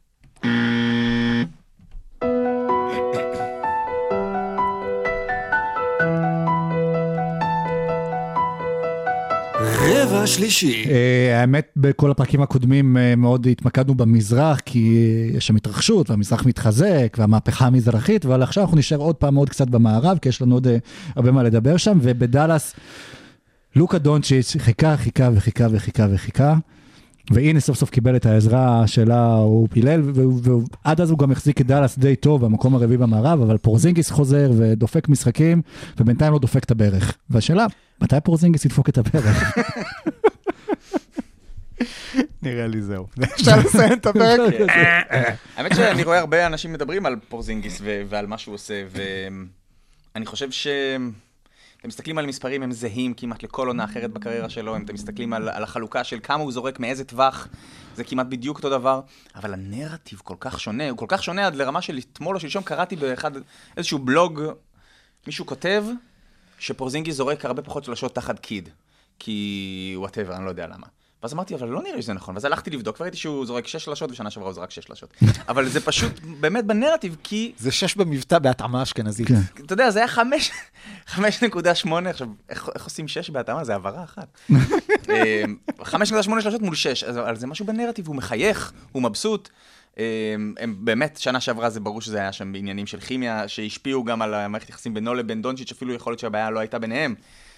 רבע שלישי. האמת, בכל הפרקים הקודמים מאוד התמקדנו במזרח, כי יש שם התרחשות, והמזרח מתחזק, והמהפכה המזרחית, אבל עכשיו אנחנו נשאר עוד פעם עוד קצת במערב, כי יש לנו עוד הרבה מה לדבר שם, ובדלס, לוקה דונצ'יץ' חיכה, חיכה וחיכה וחיכה וחיכה, והנה סוף סוף קיבל את העזרה שלה, הוא פילל, ועד אז הוא גם החזיק את דלס די טוב, במקום הרביעי במערב, אבל פורזינגיס חוזר ודופק משחקים, ובינתיים לא דופק את הברך. והשאלה, מתי פורזינגיס ידפוק את הברך? נראה לי זהו. אפשר לסיים את הפרק? האמת שאני רואה הרבה אנשים מדברים על פורזינגיס ועל מה שהוא עושה, ואני חושב ש... אתם מסתכלים על מספרים, הם זהים כמעט לכל עונה אחרת בקריירה שלו, אם אתם מסתכלים על, על החלוקה של כמה הוא זורק, מאיזה טווח, זה כמעט בדיוק אותו דבר, אבל הנרטיב כל כך שונה, הוא כל כך שונה עד לרמה של אתמול או שלשום קראתי באחד, איזשהו בלוג, מישהו כותב שפורזינגיס זורק הרבה פחות שלשות תחת קיד, כי whatever, אני לא יודע למה. ואז אמרתי, אבל לא נראה שזה נכון, ואז הלכתי לבדוק, וראיתי שהוא זורק שש שלשות, ושנה שעברה הוא זורק שש שלשות. אבל זה פשוט באמת בנרטיב, כי... זה שש במבטא בהתאמה אשכנזית. אתה יודע, זה היה חמש, חמש נקודה שמונה, עכשיו, איך עושים שש בהתאמה? זה העברה אחת. חמש נקודה שמונה שלשות מול שש, אז זה משהו בנרטיב, הוא מחייך, הוא מבסוט. הם באמת, שנה שעברה זה ברור שזה היה שם בעניינים של כימיה, שהשפיעו גם על המערכת יחסים בינו לבין דונצ'יץ', אפילו יכול להיות שהבעיה לא הייתה ביניהם.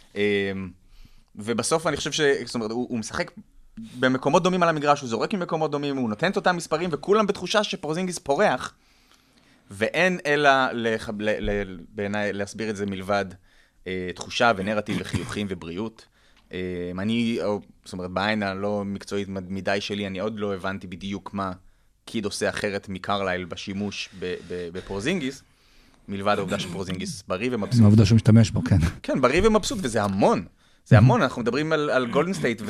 ובסוף אני חושב ש... זאת אומרת, הוא, הוא משחק במקומות דומים על המגרש, הוא זורק ממקומות דומים, הוא נותן את אותם מספרים, וכולם בתחושה שפורזינגיס פורח, ואין אלא לח... ל... ל... בעיניי להסביר את זה מלבד אה, תחושה ונרטיב וחיוכים ובריאות. אה, אני, או, זאת אומרת, בעין הלא מקצועית מדי שלי, אני עוד לא הבנתי בדיוק מה קיד עושה אחרת מקרלייל בשימוש ב... ב... בפורזינגיס, מלבד העובדה שפורזינגיס בריא ומבסוט. העובדה שהוא משתמש בו, כן. כן, בריא ומבסוט, וזה המון. זה המון, אנחנו מדברים על, על גולדן סטייט,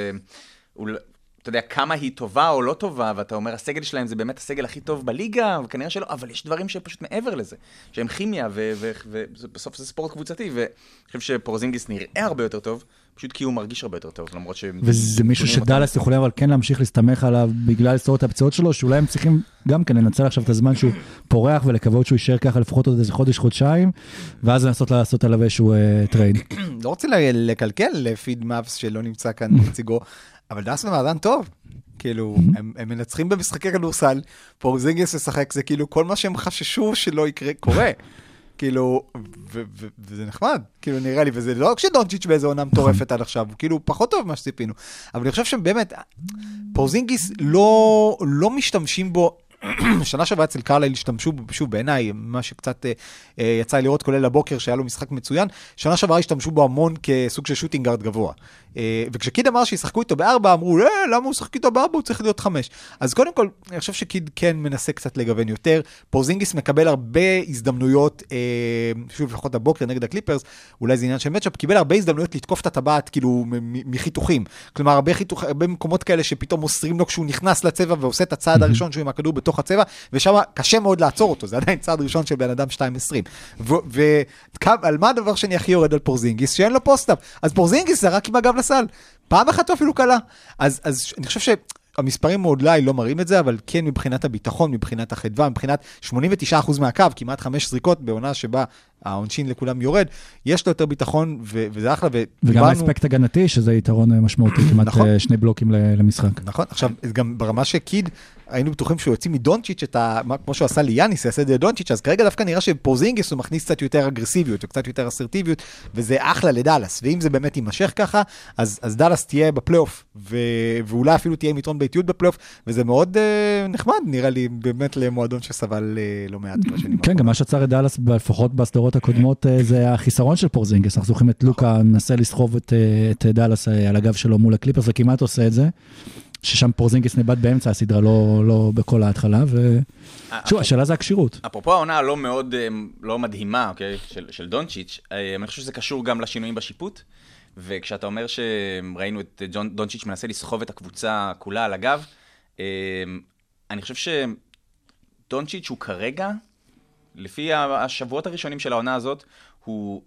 ואתה יודע כמה היא טובה או לא טובה, ואתה אומר, הסגל שלהם זה באמת הסגל הכי טוב בליגה, וכנראה שלא, אבל יש דברים שפשוט מעבר לזה, שהם כימיה, ובסוף זה ספורט קבוצתי, ואני חושב שפורזינגיס נראה הרבה יותר טוב, פשוט כי הוא מרגיש הרבה יותר טוב, למרות ש... וזה מישהו שדלס יכולים אבל כן להמשיך להסתמך עליו בגלל היסטוריות הפציעות שלו, שאולי הם צריכים גם כן לנצל עכשיו את הזמן שהוא פורח ולקוות שהוא יישאר ככה לפחות עוד איזה חודש, חודשיים, ואז לנסות לעשות עליו איזשהו טרייד. לא רוצה לקלקל לפיד מאפס שלא נמצא כאן נציגו, אבל דלס במאזן טוב. כאילו, הם מנצחים במשחקי כדורסל, פורזינגיס לשחק, זה כאילו כל מה שהם חששו שלא יקרה, קורה. כאילו, וזה נחמד, כאילו נראה לי, וזה לא כשדונצ'יץ' באיזו עונה מטורפת עד עכשיו, הוא כאילו פחות טוב ממה שציפינו, אבל אני חושב שבאמת, פורזינגיס לא, לא משתמשים בו, שנה שעברה אצל קרלייל השתמשו בו, שוב בעיניי, מה שקצת אה, יצא לראות כולל הבוקר, שהיה לו משחק מצוין, שנה שעברה השתמשו בו המון כסוג של שוטינג גארד גבוה. אה, וכשקיד אמר שישחקו איתו בארבע, אמרו, אה, למה הוא שחק איתו בארבע? הוא צריך להיות חמש. אז קודם כל, אני חושב שקיד כן מנסה קצת לגוון יותר. פורזינגיס מקבל הרבה הזדמנויות, אה, שוב, לפחות הבוקר נגד הקליפרס, אולי זה עניין של מצ'אפ, קיבל הרבה הזדמנויות לתקוף את הטבעת, כאילו, מחיתוכים. כלומר, הרבה חיתוך, הרבה מקומות כאלה שפתאום מוסרים לו כשהוא נכנס לצבע ועושה את הצעד הראשון שהוא עם הכדור בתוך הצבע, ושם קשה מאוד לעצור אותו, זה עדיין צעד ראשון של בן אדם שתיים עשרים. ועל מה הדבר שאני הכי יורד על פורזינגיס? שאין לו פוסט-אפ. אז פורזינגיס זה רק עם הגב לסל. פעם אחת הוא אפילו קלה. אז, אז אני חושב שהמספרים אולי לא מראים את זה, אבל כן מבחינת הביטחון, מבחינת החדווה, מבחינת שמונים ותשעה אחוז מהקו, כמעט חמש זריקות בעונה שבה העונשין לכולם יורד, יש לו יותר ביטחון, ו- וזה אחלה. ו- וגם האספקט הגנתי, שזה יתרון משמעותי, כמעט נכון. שני בלוקים למשחק. נכון, עכשיו, גם ברמה שקיד, היינו בטוחים שהוא יוציא מדונצ'יץ' את ה... כמו שהוא עשה ליאניס, יעשה את זה לדונצ'יץ', אז כרגע דווקא נראה שפורזינגיס הוא מכניס קצת יותר אגרסיביות, או קצת יותר אסרטיביות, וזה אחלה לדלס. ואם זה באמת יימשך ככה, אז, אז דלס תהיה בפלייאוף, ו... ואולי אפילו תהיה מיתרון ביתיות בפלייאוף, וזה מאוד uh, נחמד, נראה לי, באמת למועדון שסבל uh, לא מעט. כן, גם מה שצר את דלס, לפחות בסדרות הקודמות, uh, זה החיסרון של פורזינגיס. אנחנו זוכרים את לוקה, מנסה לסחוב את, uh, את דלס uh, על הגב שלו מול הקליפרס, וכמעט עושה את זה. ששם פורזינגיס נאבד באמצע הסדרה, לא, לא בכל ההתחלה, ושוב, השאלה זה הקשירות. אפרופו העונה הלא מאוד, לא מדהימה, אוקיי, של, של דונצ'יץ', אני חושב שזה קשור גם לשינויים בשיפוט, וכשאתה אומר שראינו את דונצ'יץ' מנסה לסחוב את הקבוצה כולה על הגב, אני חושב שדונצ'יץ' הוא כרגע, לפי השבועות הראשונים של העונה הזאת, הוא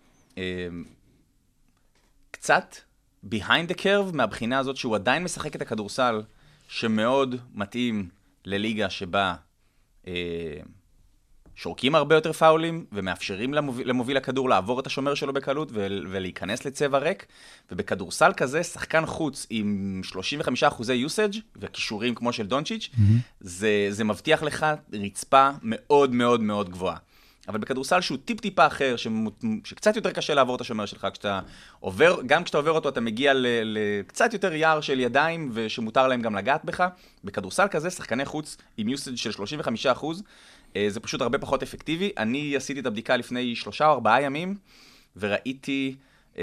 קצת behind the curve, מהבחינה הזאת שהוא עדיין משחק את הכדורסל, שמאוד מתאים לליגה שבה אה, שורקים הרבה יותר פאולים, ומאפשרים למוביל, למוביל הכדור לעבור את השומר שלו בקלות, ול, ולהיכנס לצבע ריק, ובכדורסל כזה, שחקן חוץ עם שלושים וחמישה אחוזי usage, וקישורים כמו של דונצ'יץ', mm-hmm. זה, זה מבטיח לך רצפה מאוד מאוד מאוד גבוהה. אבל בכדורסל שהוא טיפ-טיפה אחר, שקצת יותר קשה לעבור את השומר שלך, כשאתה עובר, גם כשאתה עובר אותו, אתה מגיע לקצת יותר יער של ידיים, ושמותר להם גם לגעת בך. בכדורסל כזה, שחקני חוץ עם usage של שלושים וחמישה אחוז, זה פשוט הרבה פחות אפקטיבי. אני עשיתי את הבדיקה לפני שלושה או ארבעה ימים, וראיתי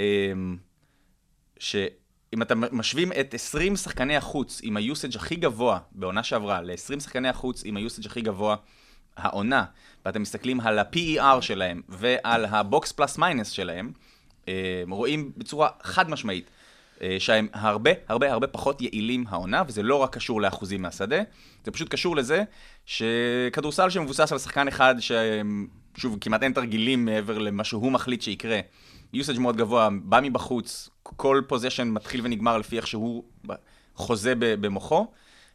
שאם אתה משווים את עשרים שחקני החוץ עם ה-usage הכי גבוה בעונה שעברה, ל-עשרים שחקני החוץ עם ה-usage הכי גבוה, העונה, ואתם מסתכלים על ה-פי אי אר שלהם ועל ה-box plus minus שלהם, רואים בצורה חד משמעית שהם הרבה הרבה הרבה פחות יעילים העונה, וזה לא רק קשור לאחוזים מהשדה, זה פשוט קשור לזה שכדורסל שמבוסס על שחקן אחד, ששוב, כמעט אין תרגילים מעבר למה שהוא מחליט שיקרה, usage מאוד גבוה, בא מבחוץ, כל פוזיישן מתחיל ונגמר לפי איך שהוא חוזה במוחו,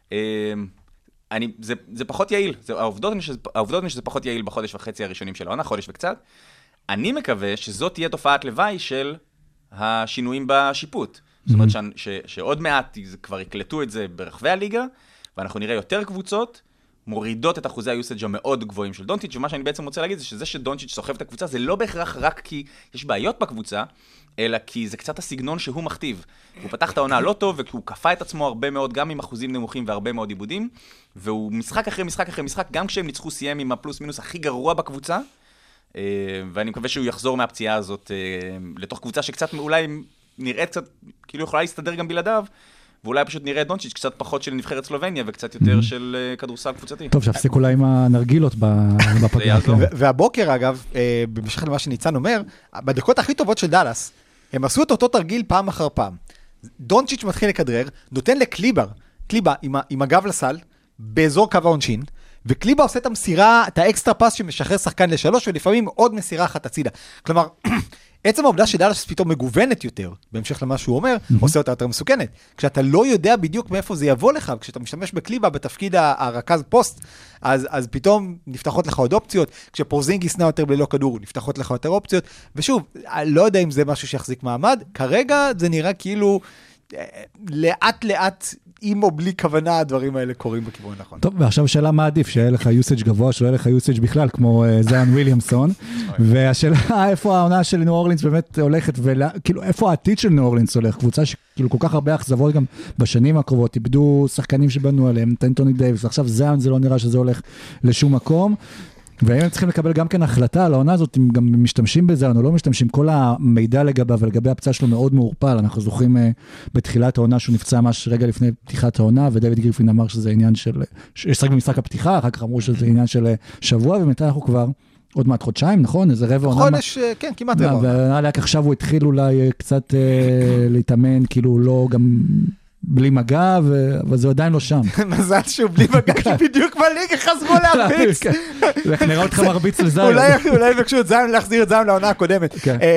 אני, זה, זה פחות יעיל, זה, העובדות הן שזה, העובדות הן שזה פחות יעיל בחודש וחצי הראשונים של העונה, חודש וקצת. אני מקווה שזאת תהיה תופעת לוואי של השינויים בשיפוט. Mm-hmm. זאת אומרת ש, ש, שעוד מעט כבר יקלטו את זה ברחבי הליגה, ואנחנו נראה יותר קבוצות מורידות את אחוזי היוסאג' המאוד גבוהים של דונצ'יץ', ומה שאני בעצם רוצה להגיד זה שזה שדונצ'יץ' סוחב את הקבוצה, זה לא בהכרח רק כי יש בעיות בקבוצה, אלא כי זה קצת הסגנון שהוא מכתיב. הוא פתח את העונה לא טוב, והוא קפה את עצמו הרבה מאוד, גם עם אחוזים נמוכים והרבה מאוד עיבודים, והוא משחק אחרי משחק אחרי משחק, גם כשהם ניצחו סיים עם הפלוס מינוס הכי גרוע בקבוצה, ואני מקווה שהוא יחזור מהפציעה הזאת לתוך קבוצה שקצת אולי נראית קצת, כאילו יכולה להסתדר גם בלעדיו, ואולי פשוט נראה דונצ'יץ' קצת פחות של נבחרת סלובניה, וקצת יותר של כדורסל קבוצתי. טוב, שאפסיק אולי עם הנרגילות בפגרה. והבוקר, אגב, במשך למה שניצן אומר, בדקות הכי טובות של דלס, הם עשו את אותו תרגיל פעם אחר פעם. דונצ'יץ' מתחיל לכדרר, נותן לקליבר, קליבה עם הגב לסל, באזור קו העונשין, וקליבה עושה את המסירה, את האקסטרה פס שמשחרר שחקן לשלוש, ולפעמים עוד מסירה אחת הצידה. כלומר, עצם העובדה שדלס פתאום מגוונת יותר, בהמשך למה שהוא אומר, עושה אותה יותר מסוכנת. כשאתה לא יודע בדיוק מאיפה זה יבוא לך, וכשאתה משתמש בקליבה בתפקיד הרכז פוסט, אז, אז פתאום נפתחות לך עוד אופציות, כשפורזינגיס נע יותר בלא כדור, נפתחות לך יותר אופציות, ושוב, לא יודע אם זה משהו שיחזיק מעמד, כרגע זה נראה כאילו לאט לאט, עם או בלי כוונה, הדברים האלה קורים בכיוון נכון. טוב, ועכשיו שאלה מה עדיף, שיהיה לך יוסאג' גבוה, שלא יהיה לך יוסאג' בכלל, כמו זיון וויליאמסון, והשאלה איפה העונה של ניו אורלינס באמת הולכת, וכאילו איפה העתיד של ניו אורלינס הולך, קבוצה שכאילו כל כך הרבה אכזבות גם בשנים הקרובות, איבדו שחקנים שבנו עליהם, טנטוני דייביס, עכשיו זיון זה לא נראה שזה הולך לשום מקום, והאם הם צריכים לקבל גם כן החלטה על העונה הזאת, אם גם משתמשים בזה או לא משתמשים, כל המידע לגביו ולגבי הפצעה שלו מאוד מעורפל, אנחנו זוכרים בתחילת העונה שהוא נפצע ממש רגע לפני פתיחת העונה, ודייוויד גריפין אמר שזה עניין של, ששחק במשחק הפתיחה, אחר כך אמרו שזה עניין של שבוע, ומתי אנחנו כבר עוד מעט חודשיים, נכון? איזה רבע עונה. חודש, כן, כמעט רבע עונה. ונראה עכשיו הוא התחיל אולי קצת להתאמן, כאילו לא גם בלי מגע, אבל זה עדיין לא שם. מזל שהוא בלי מגע, כי בדיוק בליגה חזרו להרביץ. נראה אותך מרביץ לזיון. אולי יבקשו את זיון להחזיר את זיון לעונה הקודמת.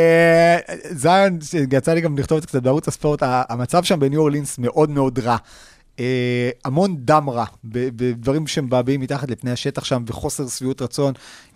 זיון, יצא לי גם לכתוב את זה קצת בערוץ הספורט, המצב שם בניו אורלינס מאוד מאוד רע. המון דם רע, בדברים שהם מבעבעים מתחת לפני השטח שם, וחוסר סביעות רצון.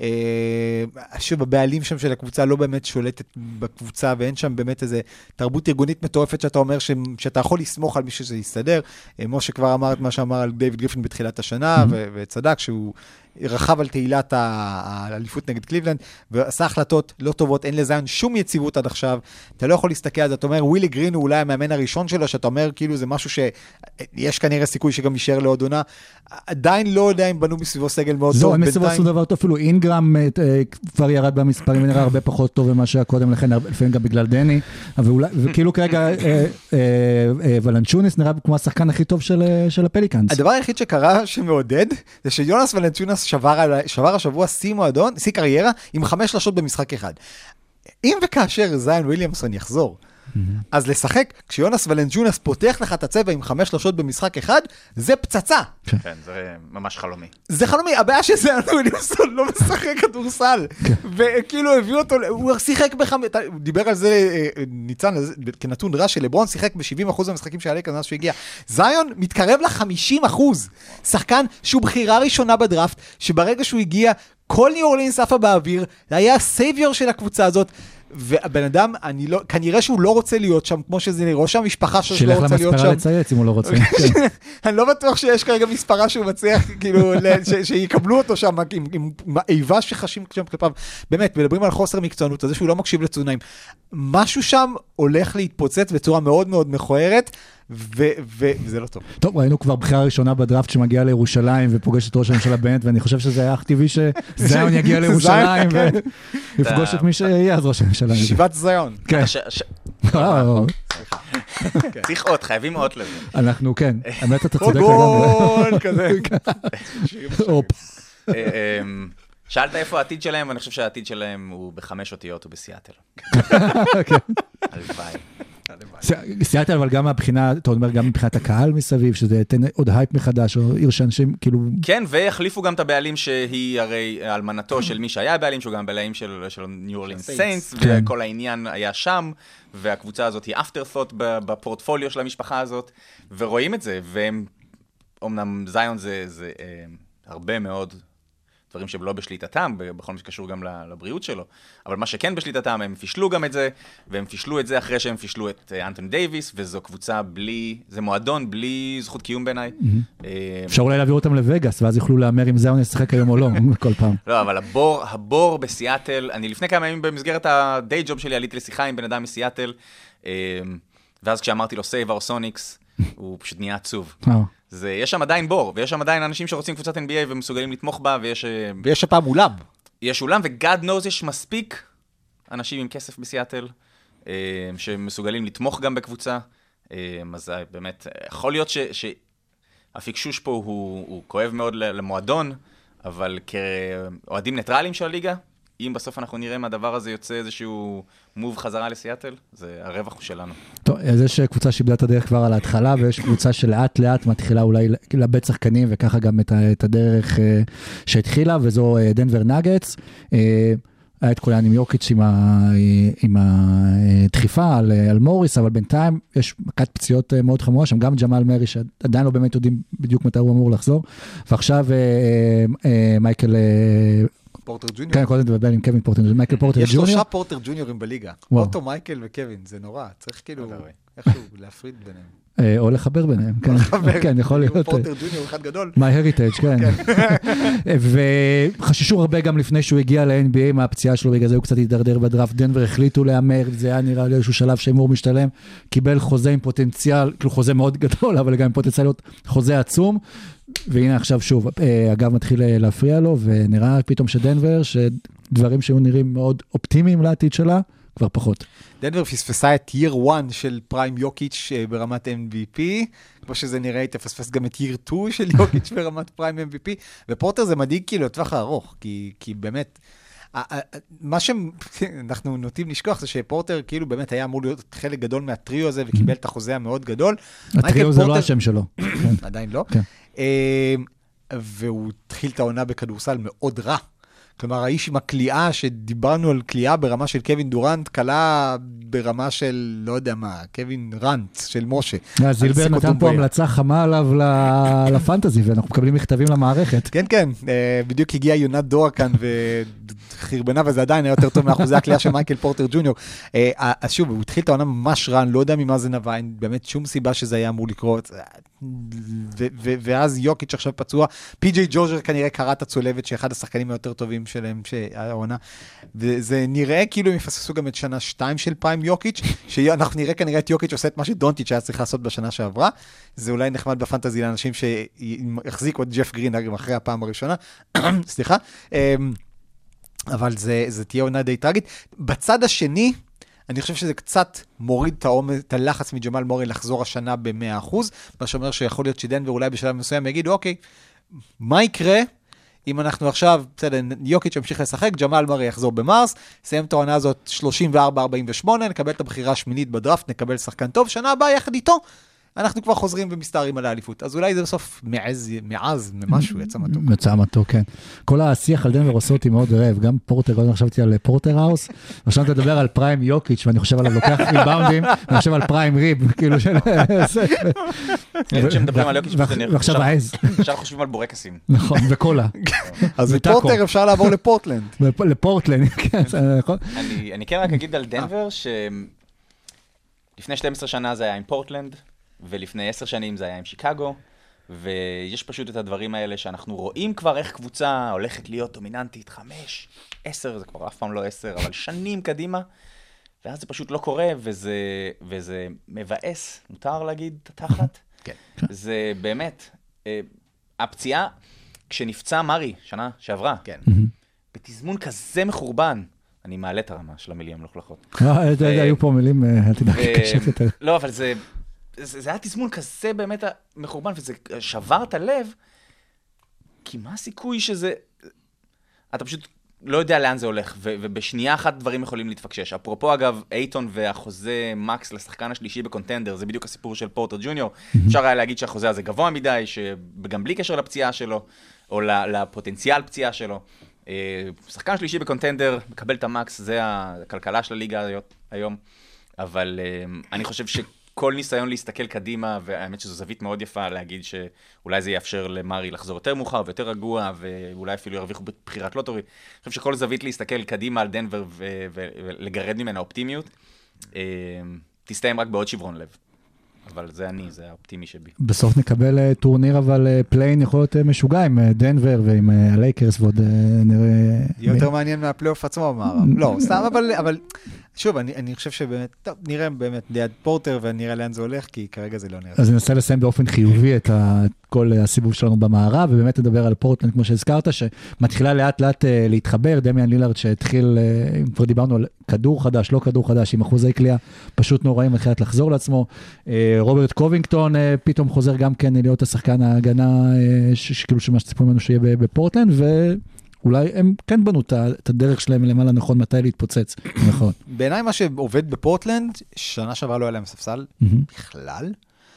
שוב, הבעלים שם של הקבוצה לא באמת שולטת בקבוצה, ואין שם באמת איזו תרבות ארגונית מטורפת שאתה אומר שאתה יכול לסמוך על מישהו שזה יסתדר. משה כבר אמר את מה שאמר על דיוויד גריפין בתחילת השנה, וצדק שהוא רחב על תהילת האליפות נגד קליבלנד, ועשה החלטות לא טובות, אין לזיון שום יציבות עד עכשיו, אתה לא יכול להסתכל על זה, אתה אומר, ווילי גרין הוא אולי המאמן הראשון שלו, שאתה אומר, כאילו זה משהו שיש יש כנראה סיכוי שגם יישאר לעוד עונה. עדיין לא יודע אם בנו מסביבו סגל מאוד טוב. זהו, הם מסביבו עשו דבר טוב, אפילו אינגרם כבר ירד במספרים, ונראה הרבה פחות טוב ממה שהיה קודם לכן, לפעמים גם בגלל דני, וכאילו כרגע ולנצ'ונס נראה כמו השחקן הכי טוב של הפליקאנס. הדבר היחיד שקרה שמעודד, זה שיונס ולנצ'ונס שבר השבוע שיא מועדון, שיא קריירה, עם חמש שלשות במשחק אחד. אם וכאשר זיין וויליאמסון יחזור, אז לשחק, כשיונס ולנג'ונס פותח לך את הצבע עם חמש שלושות במשחק אחד, זה פצצה. כן, זה ממש חלומי. זה חלומי, הבעיה שזיין וויליאמסון לא משחק כדורסל, וכאילו הביאו אותו, הוא שיחק בחמש, הוא דיבר על זה, ניצן, כנתון רע שלברון שיחק ב-שבעים אחוז במשחקים שעלי כזה שהוא הגיע. זיון מתקרב ל-חמישים אחוז, שחקן שהוא בחירה ראשונה בדראפט, שברגע שהוא הגיע, כל ניו אורלינס עפה באוויר, זה היה הסייביור של הקבוצה הזאת, והבן אדם, אני לא, כנראה שהוא לא רוצה להיות שם, כמו שזה ראש המשפחה שלו לא רוצה להיות שם. שילך למספרה לצייץ אם הוא לא רוצה. אני לא בטוח שיש כרגע מספרה שהוא מצליח, כאילו, שיקבלו אותו שם, עם איבה שחשים שם כלפיו. באמת, מדברים על חוסר מקצוענות, על זה שהוא לא מקשיב לצונאים. משהו שם הולך להתפוצץ בצורה מאוד מאוד מכוערת, וזה לא טוב. טוב, ראינו כבר בחירה ראשונה בדראפט שמגיעה לירושלים ופוגש את ראש הממשלה בנט, ואני חושב שזה היה אך טבעי שזיון יגיע לירושלים ויפגוש את מי שיהיה אז ראש הממשלה. שיבת זיון. כן. צריך עוד, חייבים עוד לזה. אנחנו, כן, האמת אתה צודק לגמרי. כזה. שאלת איפה העתיד שלהם, ואני חושב שהעתיד שלהם הוא בחמש אותיות ובסיאטל. הלוואי. סיאטל, אבל גם מהבחינה, אתה אומר, גם מבחינת הקהל מסביב, שזה יתן עוד הייפ מחדש, או עיר שאנשים, כאילו... כן, ויחליפו גם את הבעלים שהיא הרי אלמנתו של מי שהיה הבעלים, שהוא גם בעלים של ניו אורלינס סיינטס, וכל העניין היה שם, והקבוצה הזאת היא אפטרת'וט בפורטפוליו של המשפחה הזאת, ורואים את זה, והם, אמנם זיון זה הרבה מאוד... דברים שהם לא בשליטתם, בכל מה שקשור גם לבריאות שלו. אבל מה שכן בשליטתם, הם פישלו גם את זה, והם פישלו את זה אחרי שהם פישלו את אנטוני דייביס, וזו קבוצה בלי, זה מועדון בלי זכות קיום בעיניי. אפשר אולי להעביר אותם לווגאס, ואז יוכלו לאמר אם זיון ישחק היום או לא, כל פעם. לא, אבל הבור, הבור בסיאטל, אני לפני כמה ימים במסגרת הדיי ג'וב שלי, עליתי לשיחה עם בן אדם מסיאטל, ואז כשאמרתי לו סייב אור סוניקס, הוא פשוט נהיה עצוב. זה, יש שם עדיין בור, ויש שם עדיין אנשים שרוצים קבוצת אן בי איי ומסוגלים לתמוך בה, ויש... ויש הפעם אולם. יש אולם, ו-God knows יש מספיק אנשים עם כסף בסיאטל, שמסוגלים לתמוך גם בקבוצה, אז באמת, יכול להיות שהפיקשוש פה הוא, הוא כואב מאוד למועדון, אבל כאוהדים ניטרליים של הליגה, אם בסוף אנחנו נראה מהדבר הזה יוצא איזשהו מוב חזרה לסיאטל, זה הרווח הוא שלנו. טוב, אז יש קבוצה שאיבדה את הדרך כבר על ההתחלה, ויש קבוצה שלאט לאט מתחילה אולי לאבד שחקנים, וככה גם את הדרך שהתחילה, וזו דנבר נאגטס. היה את כולן עם יוקיץ' עם הדחיפה על מוריס, אבל בינתיים יש מכת פציעות מאוד חמורה, שם גם ג'מאל מרי, שעדיין לא באמת יודעים בדיוק מתי הוא אמור לחזור, ועכשיו מייקל... פורטר ג'וניור. כן, קודם דבר עם קווין פורטר ג'וניור, מייקל פורטר ג'וניור. יש שלושה פורטר ג'וניורים בליגה. אוטו, מייקל וקווין, זה נורא. צריך כאילו איכשהו להפריד ביניהם. או לחבר ביניהם, כן, יכול להיות. פורטר ג'וניור אחד גדול. My heritage, כן. וחששו הרבה גם לפני שהוא הגיע ל-אן בי איי מהפציעה שלו, בגלל זה הוא קצת התדרדר בדראפט, דנבר החליטו להמר, זה היה נראה לי איזשהו שלב שאמור משתלם, קיבל חוזה עם פוטנציאל, כאילו חוזה מאוד גדול, אבל גם עם פוטנציאליות חוזה עצום, והנה עכשיו שוב, אגב מתחיל להפריע לו, ונראה פתאום שדנבר, שדברים שהיו נראים מאוד אופטימיים לעתיד שלה, כבר פחות. דנבר פספסה את ייר אחת של פריים יוקיץ' ברמת אם וי פי, כמו שזה נראה, היא תפספס גם את ייר שתיים של יוקיץ' ברמת פריים אם וי פי, ופורטר זה מדאיג כאילו לטווח הארוך, כי, כי באמת, מה שאנחנו נוטים לשכוח זה שפורטר כאילו באמת היה אמור להיות חלק גדול מהטריו הזה, וקיבל את החוזה המאוד גדול. הטריו זה לא השם שלו. עדיין לא. והוא התחיל את העונה בכדורסל מאוד רע. כלומר, האיש עם הקליעה, שדיברנו על קליעה ברמה של קווין דורנט, קלה ברמה של, לא יודע מה, קווין רנט של משה. זילבר נתן פה המלצה חמה עליו לפנטזי, ואנחנו מקבלים מכתבים למערכת. כן, כן, בדיוק הגיע יונת דורה כאן, וחרבנה, וזה עדיין היה יותר טוב מאחוזי הקליעה של מייקל פורטר ג'וניור. אז שוב, הוא התחיל את העונה ממש רע, לא יודע ממה זה נבע, באמת שום סיבה שזה היה אמור לקרות. ואז יוקיץ' עכשיו פצוע, פי.ג'יי ג'ורג'ר כנראה קרא את הצולבת, שאחד השחקנים היותר טובים שלהם, שהעונה, וזה נראה כאילו הם יפססו גם את שנה שתיים של פיים יוקיץ', שאנחנו נראה כנראה את יוקיץ' עושה את מה שדונטיץ' היה צריך לעשות בשנה שעברה, זה אולי נחמד בפנטזי לאנשים שיחזיקו את ג'ף גרין אחרי הפעם הראשונה, סליחה, אבל זה, זה תהיה עונה די טרגית. בצד השני, אני חושב שזה קצת מוריד את, העומד, את הלחץ מג'מאל מורי לחזור השנה ב-מאה אחוז, מה שאומר שיכול להיות שדנבר אולי בשלב מסוים יגידו, אוקיי, מה יקרה אם אנחנו עכשיו, בסדר, יוקיץ' ימשיך לשחק, ג'מאל מורי יחזור במרס, סיים את העונה הזאת שלושים וארבע ארבעים ושמונה, נקבל את הבחירה השמינית בדראפט, נקבל שחקן טוב, שנה הבאה יחד איתו, אנחנו כבר חוזרים ומסתערים על האליפות. אז אולי זה בסוף מעז, מעז, ממשהו, יצא מתוק. יצא מתוק, כן. כל השיח על דנבר עושה אותי מאוד רעב, גם פורטר, קודם חשבתי על פורטר האוס, עכשיו אתה מדבר על פריים יוקיץ', ואני חושב עליו לוקח ריבאונדים, ואני חושב על פריים ריב, כאילו של... כשמדברים על יוקיץ' ועכשיו העז. עכשיו חושבים על בורקסים. נכון, וקולה. אז מפורטר אפשר לעבור לפורטלנד. לפורטלנד, כן. אני כן רק אגיד על דנבר, שלפני שתים עשרה שנה זה היה עם פורטלנד, ולפני עשר שנים זה היה עם שיקגו, ויש פשוט את הדברים האלה שאנחנו רואים כבר איך קבוצה הולכת להיות דומיננטית, חמש, עשר, זה כבר אף פעם לא עשר, אבל שנים קדימה, ואז זה פשוט לא קורה, וזה, וזה מבאס, מותר להגיד תחת. כן. זה באמת, הפציעה, כשנפצע מרי, שנה שעברה, כן. בתזמון כזה מחורבן, אני מעלה את הרמה של המילים מלוכלכות. היו פה מילים, אל תדאג, קשת יותר. לא, אבל זה... זה, זה היה תזמון כזה באמת מחורבן, וזה שבר את הלב, כי מה הסיכוי שזה... אתה פשוט לא יודע לאן זה הולך, ו- ובשנייה אחת דברים יכולים להתפקשש. אפרופו אגב, אייטון והחוזה מקס לשחקן השלישי בקונטנדר, זה בדיוק הסיפור של פורטר ג'וניור. אפשר היה להגיד שהחוזה הזה גבוה מדי, שגם בלי קשר לפציעה שלו, או לפוטנציאל פציעה שלו. שחקן שלישי בקונטנדר, מקבל את המקס, זה הכלכלה של הליגה היום, אבל אני חושב ש... כל ניסיון להסתכל קדימה, והאמת שזו זווית מאוד יפה להגיד שאולי זה יאפשר למרי לחזור יותר מאוחר ויותר רגוע, ואולי אפילו ירוויחו בבחירת לוטורי. אני חושב שכל זווית להסתכל קדימה על דנבר ולגרד ממנה אופטימיות, תסתיים רק בעוד שברון לב. אבל זה אני, זה האופטימי שבי. בסוף נקבל טורניר, אבל פליין יכול להיות משוגע עם דנבר ועם הלייקרס, ועוד נראה... יותר מעניין מהפלייאוף עצמו, אמר. לא, סתם, אבל... שוב, אני, אני חושב שבאמת, טוב, נראה באמת ליד פורטר, ונראה לאן זה הולך, כי כרגע זה לא נראה. אז ננסה לסיים באופן חיובי את כל הסיבוב שלנו במערב, ובאמת נדבר על פורטלנד, כמו שהזכרת, שמתחילה לאט לאט להתחבר, דמיאן לילארד שהתחיל, כבר דיברנו על כדור חדש, לא כדור חדש, עם אחוזי קליעה, פשוט נוראים, מתחילת לחזור לעצמו. רוברט קובינגטון פתאום חוזר גם כן להיות השחקן ההגנה, כאילו שמה שציפו ממנו שיהיה בפורטלנד, ו... אולי הם כן בנו את הדרך שלהם למעלה נכון מתי להתפוצץ, נכון. בעיניי מה שעובד בפורטלנד, שנה שעברה לא היה להם ספסל בכלל,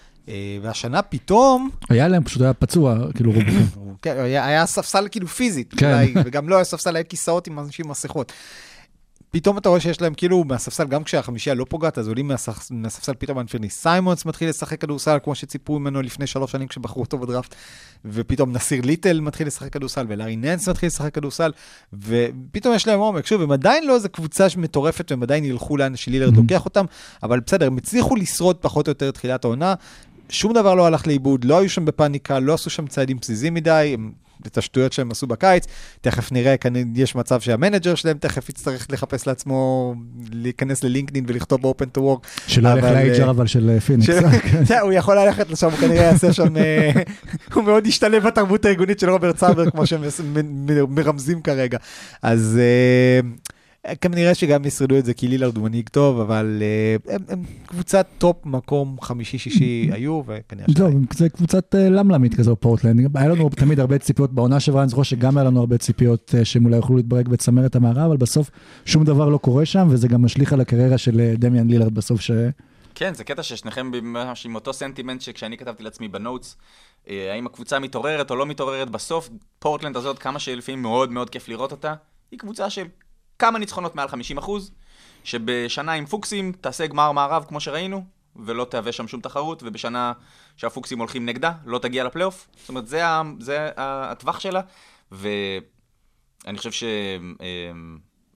והשנה פתאום... היה להם פשוט היה פצוע, כאילו רובכם. כן, היה ספסל כאילו פיזית, וגם לא היה ספסל, היה כיסאות עם אנשים עם מסכות. פתאום אתה רואה שיש להם כאילו מהספסל, גם כשהחמישייה לא פוגעת, אז עולים מהספסל פתאום אנפרני סיימונס מתחיל לשחק כדורסל, כמו שציפו ממנו לפני שלוש שנים כשבחרו אותו בדראפט, ופתאום נסיר ליטל מתחיל לשחק כדורסל, ולארי ננס מתחיל לשחק כדורסל, ופתאום יש להם עומק. שוב, הם עדיין לא איזו קבוצה מטורפת, והם עדיין ילכו לאן שלילרד לוקח אותם, אבל בסדר, הם הצליחו לשרוד פחות או יותר תחילת העונה, שום דבר לא הלך לאיבוד, לא היו שם בפאניקה, לא עשו שם צעדים פזיזים מדי, את השטויות שהם עשו בקיץ, תכף נראה, כאן יש מצב שהמנג'ר שלהם תכף יצטרך לחפש לעצמו, להיכנס ללינקדין ולכתוב באופן טו וורק. שלא הולך לאייג'ר אבל של פיניקס. הוא יכול ללכת לשם, הוא כנראה יעשה שם, הוא מאוד ישתלב בתרבות הארגונית של רוברט סמברג, כמו שהם מרמזים כרגע. אז... כנראה שגם ישרדו את זה, כי לילארד הוא מנהיג טוב, אבל הם, הם קבוצת טופ מקום חמישי-שישי היו, וכנראה לא, זה קבוצת למלמית כזו פורטלנד. היה לנו תמיד הרבה ציפיות בעונה שעברה, אני זוכר שגם היה לנו הרבה ציפיות שהם אולי יוכלו להתברג בצמרת המערב, אבל בסוף שום דבר לא קורה שם, וזה גם משליך על הקריירה של דמיאן לילארד בסוף ש... כן, זה קטע ששניכם ממש עם אותו סנטימנט שכשאני כתבתי לעצמי בנוטס, האם הקבוצה מתעוררת או לא מתעוררת בסוף, פורטלנד הזאת, כמה שלפעמים מאוד מאוד כיף לראות אותה, היא קבוצה של כמה ניצחונות מעל חמישים אחוז, שבשנה עם פוקסים תעשה גמר מערב כמו שראינו, ולא תהווה שם שום תחרות, ובשנה שהפוקסים הולכים נגדה, לא תגיע לפלייאוף. זאת אומרת, זה, זה הטווח שלה, ואני חושב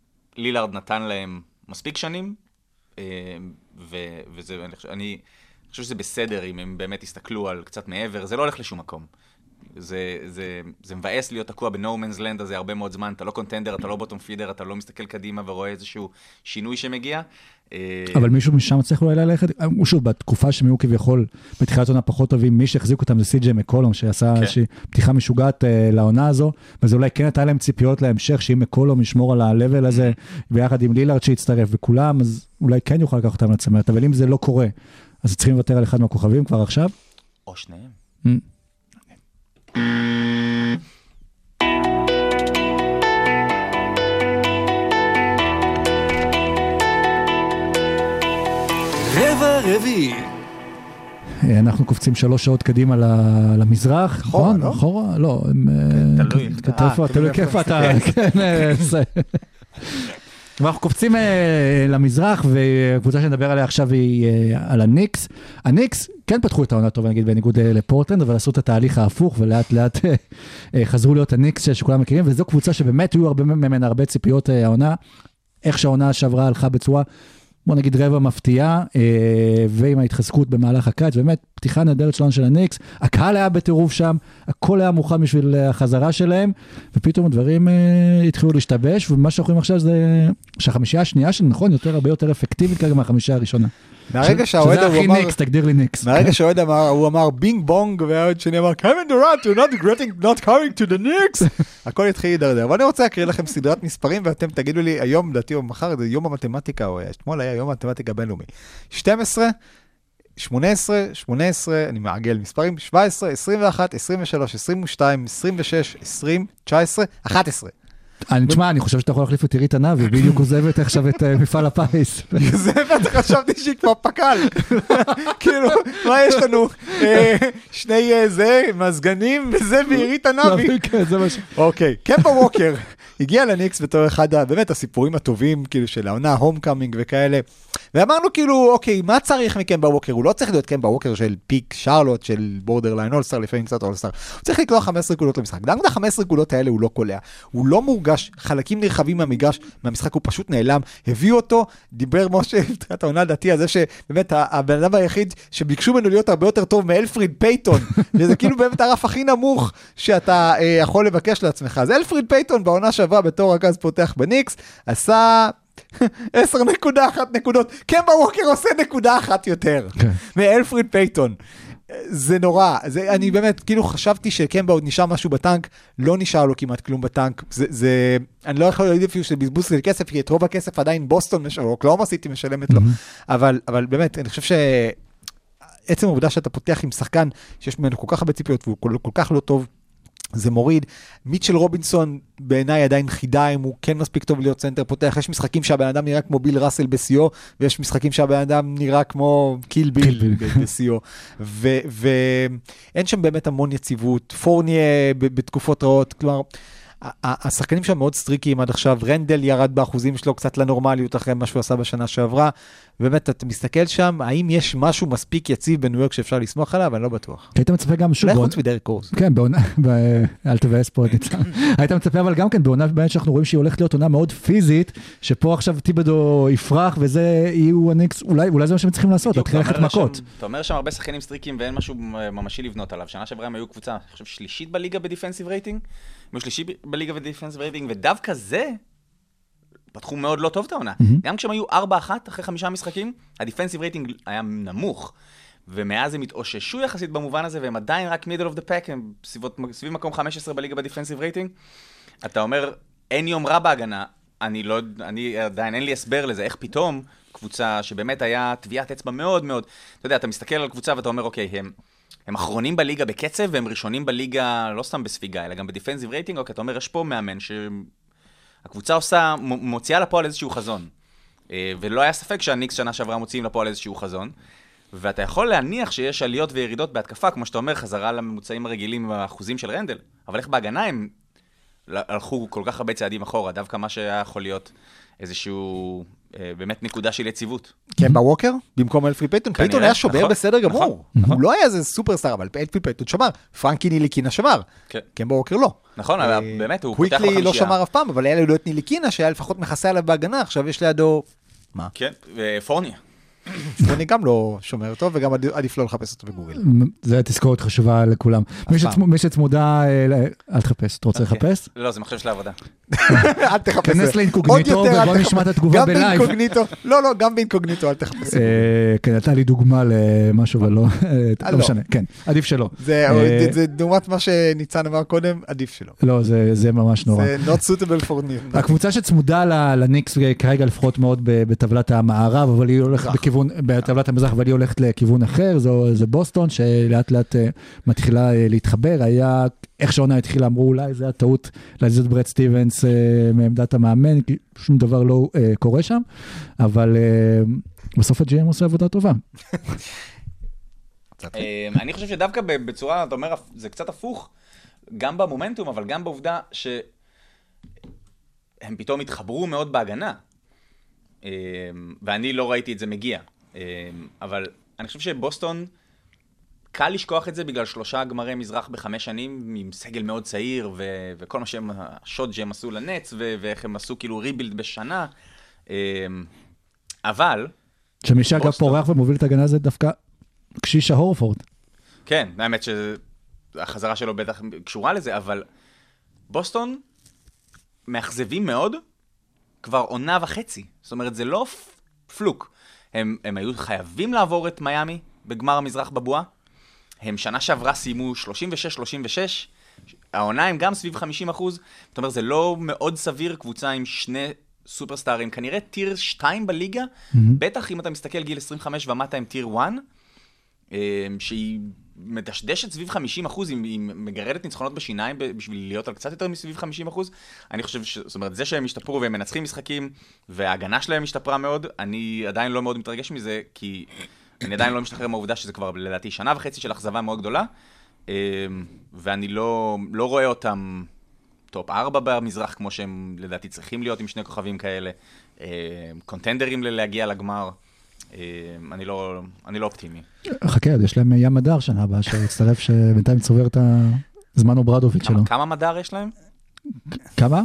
שלילארד נתן להם מספיק שנים, וזה, אני חושב שזה בסדר אם הם באמת יסתכלו על קצת מעבר, זה לא הולך לשום מקום. זה, זה, זה מבאס להיות תקוע ב-No Man's Land הזה הרבה מאוד זמן, אתה לא קונטנדר, אתה לא בוטום פידר, אתה לא מסתכל קדימה ורואה איזשהו שינוי שמגיע. אבל מישהו משם צריך אולי ללכת, שוב, בתקופה שהם היו כביכול בתחילת עונה פחות טובים, מי שהחזיק אותם זה סי.ג'יי מקולום, שעשה איזושהי פתיחה משוגעת לעונה הזו, וזה אולי כן הייתה להם ציפיות להמשך, שאם מקולום ישמור על ה-level הזה, ביחד עם לילארד שהצטרף וכולם, אז אולי כן יוכל לקחת אותם לצמרת, אבל אם זה לא קורה, אז צריכים לוותר על אחד מהכוכבים כבר עכשיו? או שניהם. רבע רביעי. אנחנו קופצים שלוש שעות קדימה למזרח, אחורה, לא? אחורה? לא. תלוי. תלוי כיפה אתה, כן, זה. ואנחנו קופצים למזרח, והקבוצה שנדבר עליה עכשיו היא על הניקס. הניקס כן פתחו את העונה טובה, נגיד, בניגוד לפורטלנד, אבל עשו את התהליך ההפוך, ולאט לאט חזרו להיות הניקס שכולם מכירים, וזו קבוצה שבאמת היו הרבה ממנה, הרבה ציפיות העונה, איך שהעונה שעברה הלכה בצורה, בוא נגיד רבע מפתיעה, ועם ההתחזקות במהלך הקיץ, באמת פתיחה נהדרת שלנו של הניקס, הקהל היה בטירוף שם, הכל היה מוכן בשביל החזרה שלהם, ופתאום הדברים התחילו להשתבש, ומה שאנחנו רואים עכשיו זה שהחמישייה השנייה של נכון, יותר הרבה יותר אפקטיבית כרגע מהחמישייה הראשונה. מהרגע שהאוהד הוא אמר... שזה הכי ניקס, תגדיר לי ניקס. מהרגע שהאוהד אמר, הוא אמר בינג בונג, והאוהד שני אמר, קווין דורנט, you're not regretting not coming to the Knicks. הכל התחיל להידרדר. ואני רוצה להקריא לכם סדרת מספרים, ואתם תגידו לי, היום, דעתי או מחר, זה יום המתמטיקה, או אתמול היה יום המתמטיקה בינלאומי. שתים עשרה, שמונה עשרה, שמונה עשרה, אני מעגל מספרים, שבע עשרה, עשרים ואחת, עשרים ושלוש, עשרים ושתיים, עשרים ושש, עשרים, תשע עשרה, אחת עשרה. אני תשמע, אני חושב שאתה יכול להחליף את עירית ענבי, בדיוק עוזבת עכשיו את מפעל הפיס. עוזבת, חשבתי שהיא כבר פקל. כאילו, מה יש לנו? שני זה, מזגנים, וזה ועירית ענבי. אוקיי, קמבה ווקר הגיע לניקס בתור אחד, באמת, הסיפורים הטובים, כאילו, של העונה, הום קאמינג וכאלה. ואמרנו כאילו, אוקיי, מה צריך מקמבה ווקר? הוא לא צריך להיות קמבה ווקר של פיק שרלוט, של בורדרליין אולסטאר, לפעמים קצת אולסטאר. הוא צריך לקלוע חמש עשרה נקודות למשחק. גם ה-חמש עשרה נקודות האלה הוא לא קולע. הוא לא מורגש, חלקים נרחבים מהמגרש, מהמשחק הוא פשוט נעלם. הביאו אותו, דיבר משה, את העונה דעתי, הזה שבאמת הבן אדם היחיד שביקשו ממנו להיות הרבה יותר טוב מאלפריד פייטון. וזה כאילו באמת הרף הכי נמוך שאתה אה, יכול לבקש לעצמך. אז אלפריד פייטון בעונה שעברה בתור רכז פותח בניקס, עשה עשר נקודה אחת נקודות. קמבה ווקר עושה נקודה אחת יותר מאלפריד פייטון. זה נורא. זה, אני באמת, כאילו חשבתי שקמבה עוד נשאר משהו בטנק, לא נשאר לו כמעט כלום בטנק. זה, זה, אני לא יכול להגיד אפילו שבזבוז של כסף, כי את רוב הכסף עדיין בוסטון, או אוקלהומה סיטי משלמת לו. אבל, אבל באמת, אני חושב שעצם העובדה שאתה פותח עם שחקן שיש ממנו כל כך הרבה ציפיות, והוא כל, כל כך לא טוב, זה מוריד. מיטשל רובינסון בעיניי עדיין חידה, אם הוא כן מספיק טוב להיות סנטר פותח. יש משחקים שהבן אדם נראה כמו ביל ראסל בסיו, ויש משחקים שהבן אדם נראה כמו קיל ביל בסיו. ואין שם באמת המון יציבות. פורניה בתקופות רעות, כלומר, השחקנים שם מאוד סטריקיים עד עכשיו. רנדל ירד באחוזים שלו קצת לנורמליות אחרי מה שהוא עשה בשנה שעברה. באמת, אתה מסתכל שם, האם יש משהו מספיק יציב בניו יורק שאפשר לסמוך עליו? אני לא בטוח. היית מצפה גם שוב... אולי חוץ מדריק רוז. כן, בעונה, אל תבאס פה את ניצן. היית מצפה אבל גם כן, בעונה באמת שאנחנו רואים שהיא הולכת להיות עונה מאוד פיזית, שפה עכשיו טיבדו יפרח, וזה יהיו הניקס, אולי זה מה שהם צריכים לעשות, להתחיל ללכת מכות. אתה אומר שם הרבה שחקנים סטריקים ואין משהו ממשי לבנות עליו. שנה שעברה הם היו קבוצה, אני חושב, שלישית בליגה בדיפנסיב רייטינג, שלישי בליגה בדיפנסיב רייטינג, ודווקא זה פתחו מאוד לא טוב את העונה. גם כשהם היו ארבע אחת אחרי חמישה משחקים, הדיפנסיב רייטינג היה נמוך, ומאז הם התאוששו יחסית במובן הזה, והם עדיין רק middle of the pack, הם סביב מקום חמש עשרה בליגה בדיפנסיב רייטינג. אתה אומר, אין יום רע בהגנה, אני לא, אני עדיין אין לי הסבר לזה, איך פתאום קבוצה שבאמת היה טביעת אצבע מאוד מאוד, אתה יודע, אתה מסתכל על קבוצה ואתה אומר, אוקיי, הם, הם אחרונים בליגה בקצב, והם ראשונים בליגה, לא סתם בספיגה, אלא גם בדיפנסיב רייטינג, אוקיי, אתה אומר, יש פה מאמן ש... הקבוצה עושה, מוציאה לפועל איזשהו חזון. ולא היה ספק שהניקס שנה שעברה מוציאים לפועל איזשהו חזון. ואתה יכול להניח שיש עליות וירידות בהתקפה, כמו שאתה אומר, חזרה לממוצעים הרגילים והאחוזים של רנדל. אבל איך בהגנה הם הלכו כל כך הרבה צעדים אחורה, דווקא מה שהיה יכול להיות איזשהו, באמת נקודה של יציבות. קמבה ווקר, במקום אלפריד פייטון. פייטון היה שובר בסדר גמור. הוא לא היה איזה סופרסטאר, אבל אלפריד פייטון שמר. פרנקי ניליקינה שמר. קמבה ווקר לא. נכון, אבל באמת הוא פותח בחמישייה. קוויקלי לא שמר אף פעם, אבל היה לו את ניליקינה, שהיה לפחות מכסה עליו בהגנה, עכשיו יש לידו... מה? כן, ופורניה. אני גם לא שומר אותו, וגם עדיף לא לחפש אותו בגוגל. זה תזכורת חשובה לכולם. מי שצמודה, אל תחפש, אתה רוצה לחפש? לא, זה מחשב של העבודה. אל תחפש. כנס לאינקוגניטו ובוא נשמע את התגובה בלייב. גם באינקוגניטו, לא, לא, גם באינקוגניטו, אל תחפש. כן, הייתה לי דוגמה למשהו ולא, לא משנה, כן, עדיף שלא. זה דוגמת מה שניצן אמר קודם, עדיף שלא. לא, זה ממש נורא. זה not suitable for me. הקבוצה שצמודה לניקס כרגע לפחות מאוד בטבלת המערב, אבל היא הולכת בכיוון, בטבלת המזרח, אבל היא הולכת לכיוון אחר, זה בוסטון, שלאט לאט מתחילה להתחבר, היה, איך שעונה התחילה, אמרו אולי זה הטעות להזיז את ברד סטיבנס מעמדת המאמן, כי שום דבר לא קורה שם, אבל בסוף הג'י אם עושה עבודה טובה. אני חושב שדווקא בצורה, אתה אומר, זה קצת הפוך, גם במומנטום, אבל גם בעובדה שהם פתאום התחברו מאוד בהגנה, ואני לא ראיתי את זה מגיע, אבל אני חושב שבוסטון קל לשכוח את זה בגלל שלושה גמרי מזרח בחמש שנים, עם סגל מאוד צעיר, ו- וכל מה שהם, השוט שהם עשו לנץ, ו- ואיך הם עשו כאילו ריבילד בשנה. אבל... שמי שאגב פורח ומוביל את ההגנה הזה דווקא קשישה הורפורד. כן, האמת שהחזרה שלו בטח קשורה לזה, אבל בוסטון מאכזבים מאוד כבר עונה וחצי. זאת אומרת, זה לא פלוק. הם, הם היו חייבים לעבור את מיאמי בגמר המזרח בבועה. הם שנה שעברה סיימו שלושים ושש שלושים ושש, העונה הם גם סביב חמישים אחוז, זאת אומרת, זה לא מאוד סביר, קבוצה עם שני סופרסטארים, כנראה טיר שתיים בליגה, mm-hmm. בטח אם אתה מסתכל גיל עשרים וחמש ומטה עם טיר אחת, שהיא מדשדשת סביב חמישים אחוז, היא מגרדת ניצחונות בשיניים בשביל להיות על קצת יותר מסביב חמישים אחוז, אני חושב ש... זאת אומרת, זה שהם השתפרו והם מנצחים משחקים, וההגנה שלהם השתפרה מאוד, אני עדיין לא מאוד מתרגש מזה, כי... אני עדיין לא משתחרר מהעובדה שזה כבר לדעתי שנה וחצי של אכזבה מאוד גדולה, ואני לא, לא רואה אותם טופ ארבע במזרח, כמו שהם לדעתי צריכים להיות עם שני כוכבים כאלה, קונטנדרים להגיע לגמר, אני לא, אני לא אופטימי. חכה, יש להם ים מדר שנה הבאה, שהצטרף שבינתיים צובר את הזמן אוברדוביץ' שלו. כמה מדר יש להם? כמה?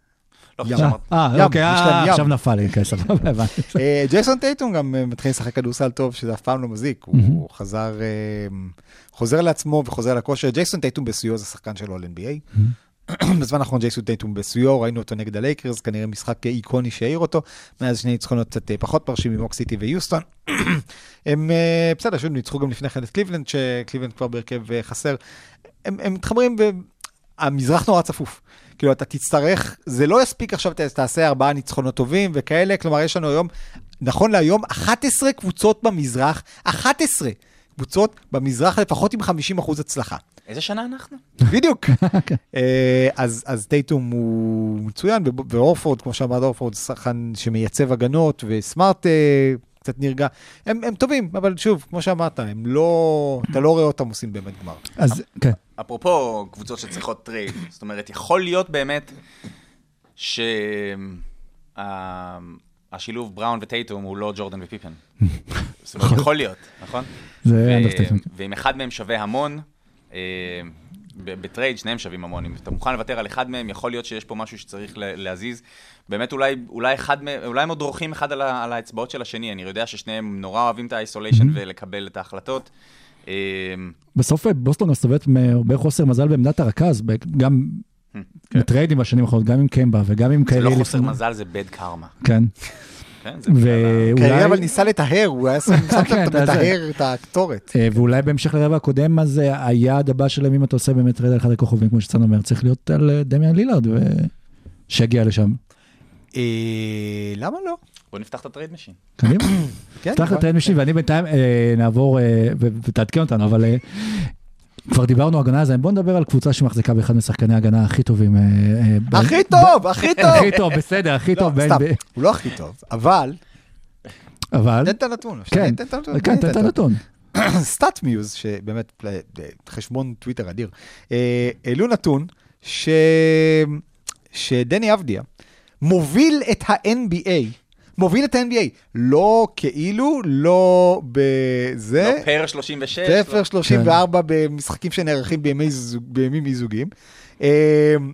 אה, אוקיי, עכשיו נפל לי, כן, סבבה, הבנתי. ג'ייסון טייטום גם מתחיל לשחק כדורסל טוב, שזה אף פעם לא מזיק, הוא חזר, חוזר לעצמו וחוזר לכושר. ג'ייסון טייטום בסיוע זה שחקן שלו על אן בי איי. בזמן האחרון ג'ייסון טייטום בסיוע, ראינו אותו נגד הלייקרס, כנראה משחק איקוני שהעיר אותו, מאז שני ניצחונות קצת פחות מרשים ממוק סיטי ויוסטון. הם, בסדר, שוב, ניצחו גם לפני כן את קליבלנד, שקליבלנד כבר בהרכב חסר. הם מתחברים, והמזרח נורא צפוף. כאילו, אתה תצטרך, זה לא יספיק עכשיו, תעשה ארבעה ניצחונות טובים וכאלה, כלומר, יש לנו היום, נכון להיום, אחת עשרה קבוצות במזרח, אחת עשרה קבוצות במזרח, לפחות עם חמישים אחוז הצלחה. איזה שנה אנחנו? בדיוק. אז, אז טייטום הוא מצוין, ואורפורד, כמו שאמרת, אורפורד, שחקן שמייצב הגנות, וסמארט קצת נרגע. הם, הם טובים, אבל שוב, כמו שאמרת, הם לא, אתה לא רואה אותם עושים באמת גמר. אז, כן. אפרופו קבוצות שצריכות טרייד, זאת אומרת, יכול להיות באמת שהשילוב בראון וטייטום הוא לא ג'ורדן ופיפן. זאת אומרת, יכול להיות, נכון? זה אנדרסטייטמנט. ואם אחד מהם שווה המון, בטרייד שניהם שווים המון. אם אתה מוכן לוותר על אחד מהם, יכול להיות שיש פה משהו שצריך להזיז. באמת אולי, אולי אחד, אולי הם עוד דורכים אחד על, על האצבעות של השני. אני יודע ששניהם נורא אוהבים את האיסוליישן ולקבל את ההחלטות. בסוף בוסטון מסתובבת מהרבה חוסר מזל בעמדת הרכז, גם בטריידים בשנים האחרונות, גם עם קמבה וגם עם כאלה... זה לא חוסר מזל, זה בד קרמה. כן. ואולי... אבל ניסה לטהר, הוא היה מטהר את הקטורת. ואולי בהמשך לרבע הקודם, אז היעד הבא שלהם, אם אתה עושה באמת טרייד על אחד הכוכבים, כמו שצאן אומר, צריך להיות על דמיאן לילארד, ושיגיע לשם. למה לא? בוא נפתח את הטרייד משין. קדימה. נפתח את הטרייד משין, ואני בינתיים נעבור ותעדכן אותנו, אבל כבר דיברנו הגנה הזה, בואו נדבר על קבוצה שמחזיקה באחד משחקני ההגנה הכי טובים. הכי טוב, הכי טוב. הכי טוב, בסדר, הכי טוב. סתם, הוא לא הכי טוב, אבל... אבל... תן את הנתון. כן, תן את הנתון. סטאט מיוז, שבאמת חשבון טוויטר אדיר, העלו נתון שדני אבדיה מוביל את ה-אן בי איי, מוביל את ה-אן בי איי, לא כאילו, לא בזה. לא פר שלושים ושש. פר שלושים וארבע במשחקים שנערכים בימים מיזוגים.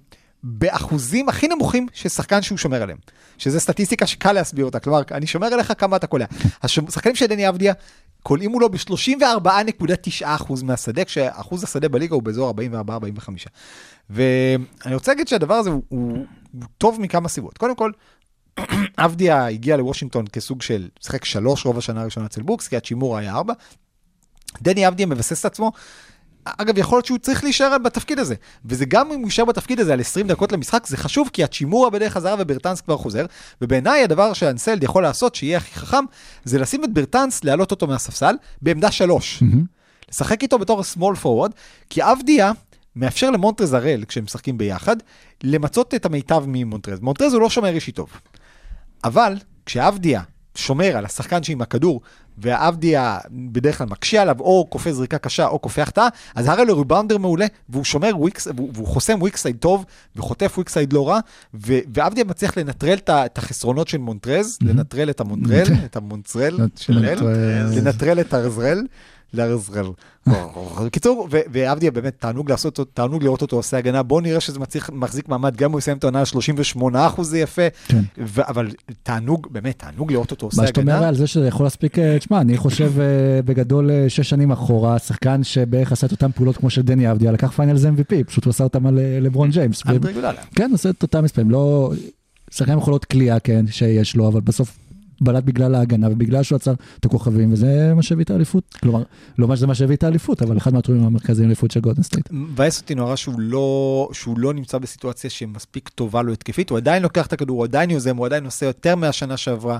באחוזים הכי נמוכים של שחקן שהוא שומר עליהם. שזה סטטיסטיקה שקל להסביר אותה. כלומר, אני שומר עליך כמה אתה קולע. השחקנים של דני אבדיה קולעים מולו ב-שלושים וארבע נקודה תשע אחוז מהשדה, כשאחוז השדה בליגה הוא באזור ארבעים וארבע עד ארבעים וחמש. ואני רוצה להגיד שהדבר הזה הוא, הוא, הוא טוב מכמה סיבות. קודם כל, אבדיה הגיע לוושינגטון כסוג של שחק שלוש רוב השנה הראשונה אצל בוקס, כי הצ'ימור היה ארבע. דני אבדיה מבסס את עצמו. אגב, יכול להיות שהוא צריך להישאר בתפקיד הזה. וזה גם אם הוא יישאר בתפקיד הזה על עשרים דקות למשחק, זה חשוב, כי הצ'ימורה בדרך חזרה וברטנס כבר חוזר. ובעיניי הדבר שאנסלד יכול לעשות, שיהיה הכי חכם, זה לשים את ברטנס, להעלות אותו מהספסל, בעמדה שלוש. Mm-hmm. לשחק איתו בתור small forward, כי אבדיה מאפשר למונטרז הראל, כשהם משחקים ביחד, למצות את המיטב ממונטרז. מונטרז הוא לא שומר אישי טוב. אבל כשאבדיה שומר על השחקן שעם הכדור, והאבדיה בדרך כלל מקשה עליו, או קופא זריקה קשה, או קופא החטאה, אז הראל הוא ריבאונדר מעולה, והוא שומר וויקס, והוא חוסם וויקסייד טוב, וחוטף וויקסייד לא רע, ואבדיה מצליח לנטרל את החסרונות של מונטרז, לנטרל את המונטרל, את המונטרל של אל, לנטרל את הרזרל, לרזרל. בקיצור, ואבדיה באמת תענוג לעשות אותו, תענוג לראות אותו עושה הגנה, בואו נראה שזה מצליח, מחזיק מעמד, גם הוא יסיים את העונה על שלושים ושמונה אחוז זה יפה, אבל תענוג, באמת, תענוג לראות אותו עושה הגנה. מה שאתה אומר על זה שזה יכול להספיק, תשמע, אני חושב בגדול שש שנים אחורה, שחקן שבערך עשה את אותם פעולות כמו של דני אבדיה, לקח פיינלס אם וי פי, פשוט הוא עשה אותם על לברון ג'יימס. כן, עושה את אותם מספרים, לא, שחקנים יכולות קליעה, כן, שיש לו, אבל בסוף בלט בגלל ההגנה, ובגלל שהוא עצר את הכוכבים, וזה מה שהביא את האליפות. כלומר, לא מה שזה מה שהביא את האליפות, אבל אחד מהתחומים המרכזיים האליפות של גולדן סטייט. מבאס אותי נורא שהוא לא, שהוא לא נמצא בסיטואציה שמספיק טובה לו התקפית, הוא עדיין לוקח את הכדור, הוא עדיין יוזם, הוא עדיין עושה יותר מהשנה שעברה.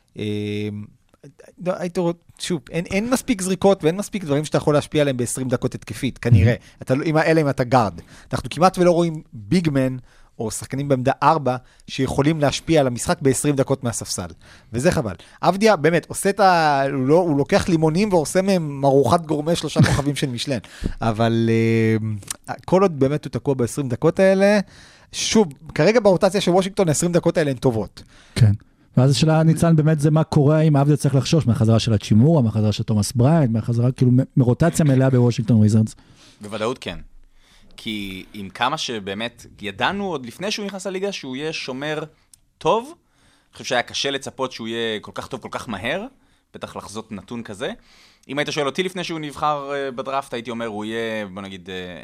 הייתי רואה, שוב, אין, אין מספיק זריקות, ואין מספיק דברים שאתה יכול להשפיע עליהם ב-עשרים דקות התקפית, כנראה. אתה, אלא אם אתה גארד. אנחנו כמעט ולא רואים ביגמן, או שחקנים בעמדה ארבע, שיכולים להשפיע על המשחק ב-עשרים דקות מהספסל. וזה חבל. אבדיה, באמת, עושה את ה... הוא, לא, הוא לוקח לימונים ועושה מהם מרוחת גורמי שלושה כוכבים של משלן. אבל uh, כל עוד באמת הוא תקוע ב-עשרים דקות האלה, שוב, כרגע ברוטציה של וושינגטון, ה-עשרים דקות האלה הן טובות. כן. ואז השאלה ניצן באמת זה מה קורה אם אבדיה צריך לחשוש מהחזרה של הצ'ימורה, מהחזרה של תומאס בריינט, מהחזרה כאילו מרוטציה מלאה בוושינגטון וויזרדס. בוודאות כן. כי עם כמה שבאמת ידענו עוד לפני שהוא נכנס לליגה, שהוא יהיה שומר טוב, אני חושב שהיה קשה לצפות שהוא יהיה כל כך טוב, כל כך מהר, בטח לחזות נתון כזה. אם היית שואל אותי לפני שהוא נבחר בדראפט, הייתי אומר, הוא יהיה, בוא נגיד,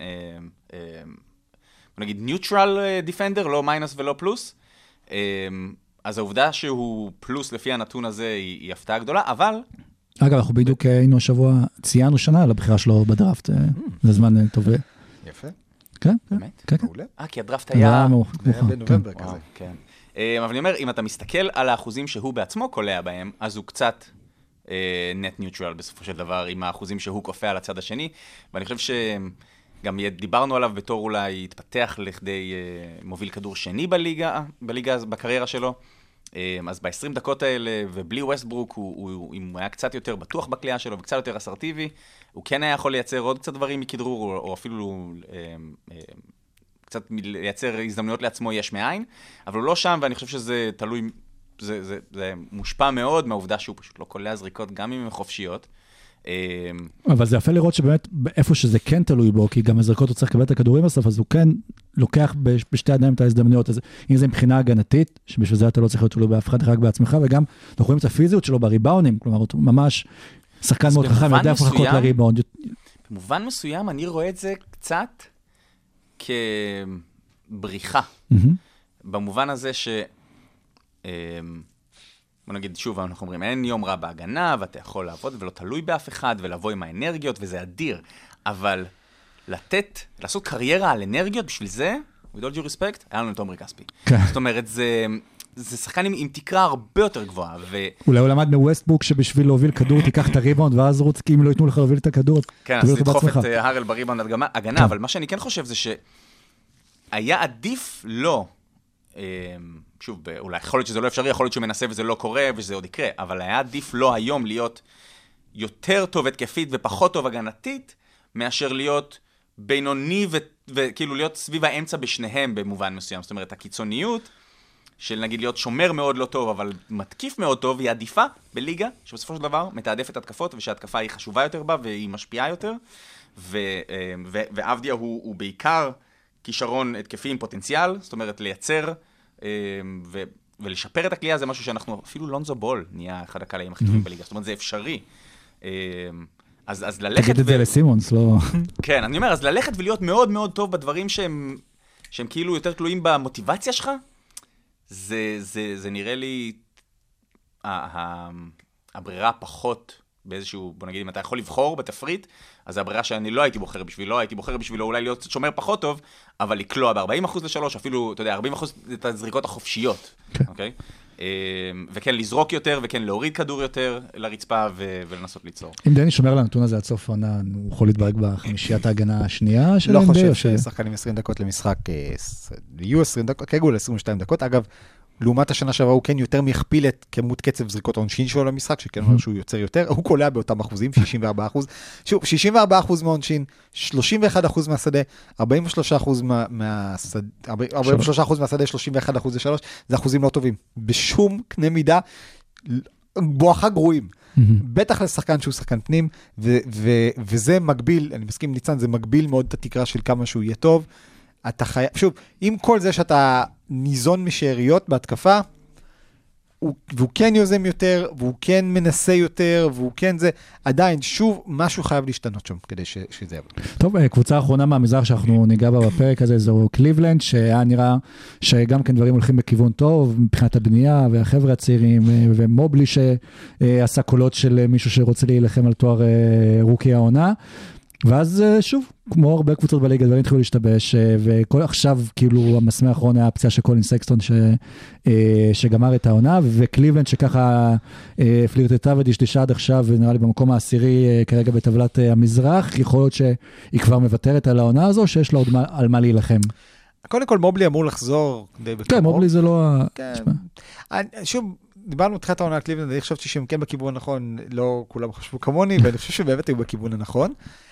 בוא נגיד, ניוטרל דיפנדר, לא מיינוס ולא פלוס. אז העובדה שהוא פלוס לפי הנתון הזה היא, היא הפתעה גדולה, אבל... אגב, אנחנו בדיוק היינו השבוע, ציינו שנה על הבחירה שלו בדראפט, זה זמן טוב. יפה. כן, באמת? כן, כן. אה, כי הדראפט היה... בנובמבר כזה. כן. אבל אני אומר, אם אתה מסתכל על האחוזים שהוא בעצמו קולע בהם, אז הוא קצת נט ניוטרל בסופו של דבר, עם האחוזים שהוא קופא על הצד השני, ואני חושב שגם דיברנו עליו בתור אולי התפתח לכדי מוביל כדור שני בליגה, בליגה, בקריירה שלו, אז ב-עשרים דקות האלה, ובלי ווסטברוק, הוא, הוא, אם הוא היה קצת יותר בטוח בקליעה שלו, וקצת יותר אסרטיבי, הוא כן היה יכול לייצר עוד קצת דברים מכדרור, או, או אפילו אה, אה, קצת לייצר הזדמנויות לעצמו יש מאין, אבל הוא לא שם, ואני חושב שזה תלוי, זה, זה, זה מושפע מאוד מהעובדה שהוא פשוט לא קולע זריקות, גם אם הן חופשיות. אבל זה יפה לראות שבאמת איפה שזה כן תלוי בו, כי גם הזריקות הוא צריך לקבל את הכדורים בסוף, אז הוא כן לוקח בשתי ידיים את ההזדמנויות. אז אם זה מבחינה הגנתית, שבשביל זה אתה לא צריך להיות תלוי באף אחד, רק בעצמך, וגם אנחנו רואים את הפיזיות שלו בריבאונים, כלומר, הוא ממש שחקן מאוד חכם, יודע איפה לחכות לריבאונד. במובן מסוים אני רואה את זה קצת כבריחה. במובן הזה ש... בוא נגיד שוב, אנחנו אומרים, אין יום רע בהגנה, ואתה יכול לעבוד ולא תלוי באף אחד, ולבוא עם האנרגיות, וזה אדיר. אבל לתת, לעשות קריירה על אנרגיות, בשביל זה, with all due respect, היה לנו את עומרי כספי. זאת אומרת, זה, זה שחקן עם, עם תקרה הרבה יותר גבוהה. ו... אולי הוא למד מווסטבוק שבשביל להוביל כדור, תיקח את הריבאונד, ואז רוץ, כי אם לא ייתנו לך להוביל את הכדור, כן, אז תדחוף את הרל בריבאונד הגנה, אבל מה שאני כן חושב זה שהיה עדיף לא, שוב, אולי יכול להיות שזה לא אפשרי, יכול להיות שהוא מנסה וזה לא קורה ושזה עוד יקרה, אבל היה עדיף לא היום להיות יותר טוב התקפית ופחות טוב הגנתית, מאשר להיות בינוני ו- וכאילו להיות סביב האמצע בשניהם במובן מסוים. זאת אומרת, הקיצוניות של נגיד להיות שומר מאוד לא טוב, אבל מתקיף מאוד טוב, היא עדיפה בליגה, שבסופו של דבר מתעדפת התקפות, ושההתקפה היא חשובה יותר בה והיא משפיעה יותר, ו- ו- ואבדיה הוא, הוא בעיקר כישרון התקפי עם פוטנציאל, זאת אומרת לייצר ו... ולשפר את הכלייה זה משהו שאנחנו, אפילו לונזו בול נהיה אחד הקלעים הכי טובים בליגה, זאת אומרת זה אפשרי. אז, אז ללכת... תגיד את זה לסימונס, לא... כן, אני אומר, אז ללכת ולהיות מאוד מאוד טוב בדברים שהם, שהם כאילו יותר תלויים במוטיבציה שלך, זה, זה, זה נראה לי הברירה פחות באיזשהו, בוא נגיד, אם אתה יכול לבחור בתפריט, אז הברירה שאני לא הייתי בוחר בשבילו, הייתי בוחר בשבילו אולי להיות שומר פחות טוב, אבל לקלוע ב-ארבעים אחוז לשלוש, אפילו, אתה יודע, ארבעים אחוז את הזריקות החופשיות, אוקיי? וכן לזרוק יותר, וכן להוריד כדור יותר לרצפה ולנסות ליצור. אם דני שומר על הנתון הזה עד סוף העונה, הוא יכול להתברג בחמישיית ההגנה השנייה של לא ה-אן בי איי? חושב ששחקנים עשרים דקות למשחק, יהיו עשרים דקות, כגול עשרים ושתיים דקות, אגב, לעומת השנה שעברה הוא כן יותר מכפיל את כמות קצב זריקות העונשין שלו למשחק, שכן אומר שהוא יוצר יותר, הוא קולע באותם אחוזים, שישים וארבעה אחוז. שוב, שישים וארבעה אחוז מהעונשין, שלושים ואחד אחוז מהשדה, ארבעים ושלושה אחוז מהשדה, ארבעים ושלושה אחוז מהשדה, שלושים ואחד אחוז לשלוש, זה אחוזים לא טובים. בשום קנה מידה, בואכה גרועים. בטח לשחקן שהוא שחקן פנים, וזה מגביל, אני מסכים ניצן, זה מגביל מאוד את התקרה של כמה שהוא יהיה טוב. אתה חייב, שוב, עם כל זה שאתה ניזון משאריות בהתקפה, הוא, והוא כן יוזם יותר, והוא כן מנסה יותר, והוא כן זה, עדיין, שוב, משהו חייב להשתנות שם, כדי ש, שזה יבוא. טוב, קבוצה האחרונה מהמזרח שאנחנו ניגע בה בפרק הזה, זו קליבלנד, שהיה נראה שגם כן דברים הולכים בכיוון טוב, מבחינת הבנייה, והחבר'ה הצעירים, ומובלי שעשה קולות של מישהו שרוצה להילחם על תואר רוקי העונה, ואז שוב, כמו הרבה קבוצות בליגה, דברים התחילו להשתבש, וכל עכשיו, כאילו, המסמך האחרון היה הפציעה של קולין סקסטון, ש, שגמר את העונה, וקליבלנד שככה פלירטטה ודשדשה עד עכשיו, ונראה לי במקום העשירי כרגע בטבלת המזרח, יכול להיות שהיא כבר מוותרת על העונה הזו, שיש לה עוד מה, על מה להילחם. קודם כל, מובלי אמור לחזור די בקרוב. כן, מובלי זה לא... כן. שוב, דיברנו בתחילת העונה על קליבלנד, אני חשבתי שהם כן בכיוון הנכון, לא כולם חשבו כמוני, ואני חושב שבאמת היו בכיוון הנכון.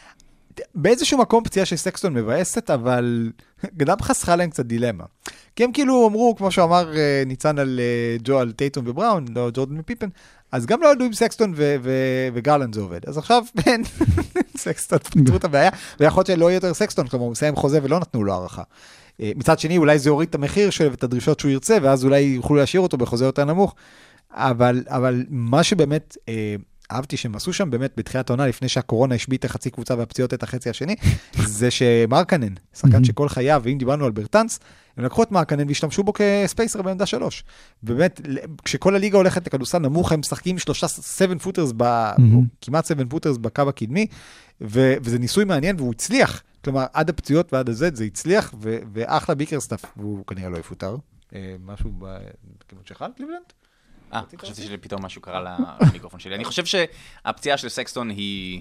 באיזשהו מקום פציעה של סקסטון מבאסת, אבל גם חסכה להם קצת דילמה. כי הם כאילו אמרו, כמו שאמר ניצן על ג'ו, על טייטום ובראון, לא ג'ורדן מפיפן, אז גם לא ידעו עם סקסטון ו- ו- וגרלנד זה עובד. אז עכשיו, בין, סקסטון פתרו את הבעיה, ויכול להיות שלא יהיה יותר סקסטון, כלומר, הוא מסיים חוזה ולא נתנו לו הערכה. מצד שני, אולי זה יוריד את המחיר שלו ואת הדרישות שהוא ירצה, ואז אולי יוכלו להשאיר אותו בחוזה יותר נמוך. אבל, אבל מה שבאמת... אהבתי שהם עשו שם באמת בתחילת העונה, לפני שהקורונה השביתה חצי קבוצה והפציעות את החצי השני, זה שמרקנן, שחקן שכל חייו, ואם דיברנו על ברטנס, הם לקחו את מרקנן והשתמשו בו כספייסר בעמדה שלוש. ובאמת, כשכל הליגה הולכת לכדורסל נמוך, הם משחקים שלושה סבן פוטרס, כמעט סבן פוטרס בקו הקדמי, וזה ניסוי מעניין, והוא הצליח. כלומר, עד הפציעות ועד הזה, זה הצליח, ואחלה ביקרסטאפ, והוא כנראה לא יפוטר. משהו בכיוון שלך, קליבלנד? אה, חשבתי שפתאום משהו קרה למיקרופון שלי. אני חושב שהפציעה של סקסטון היא,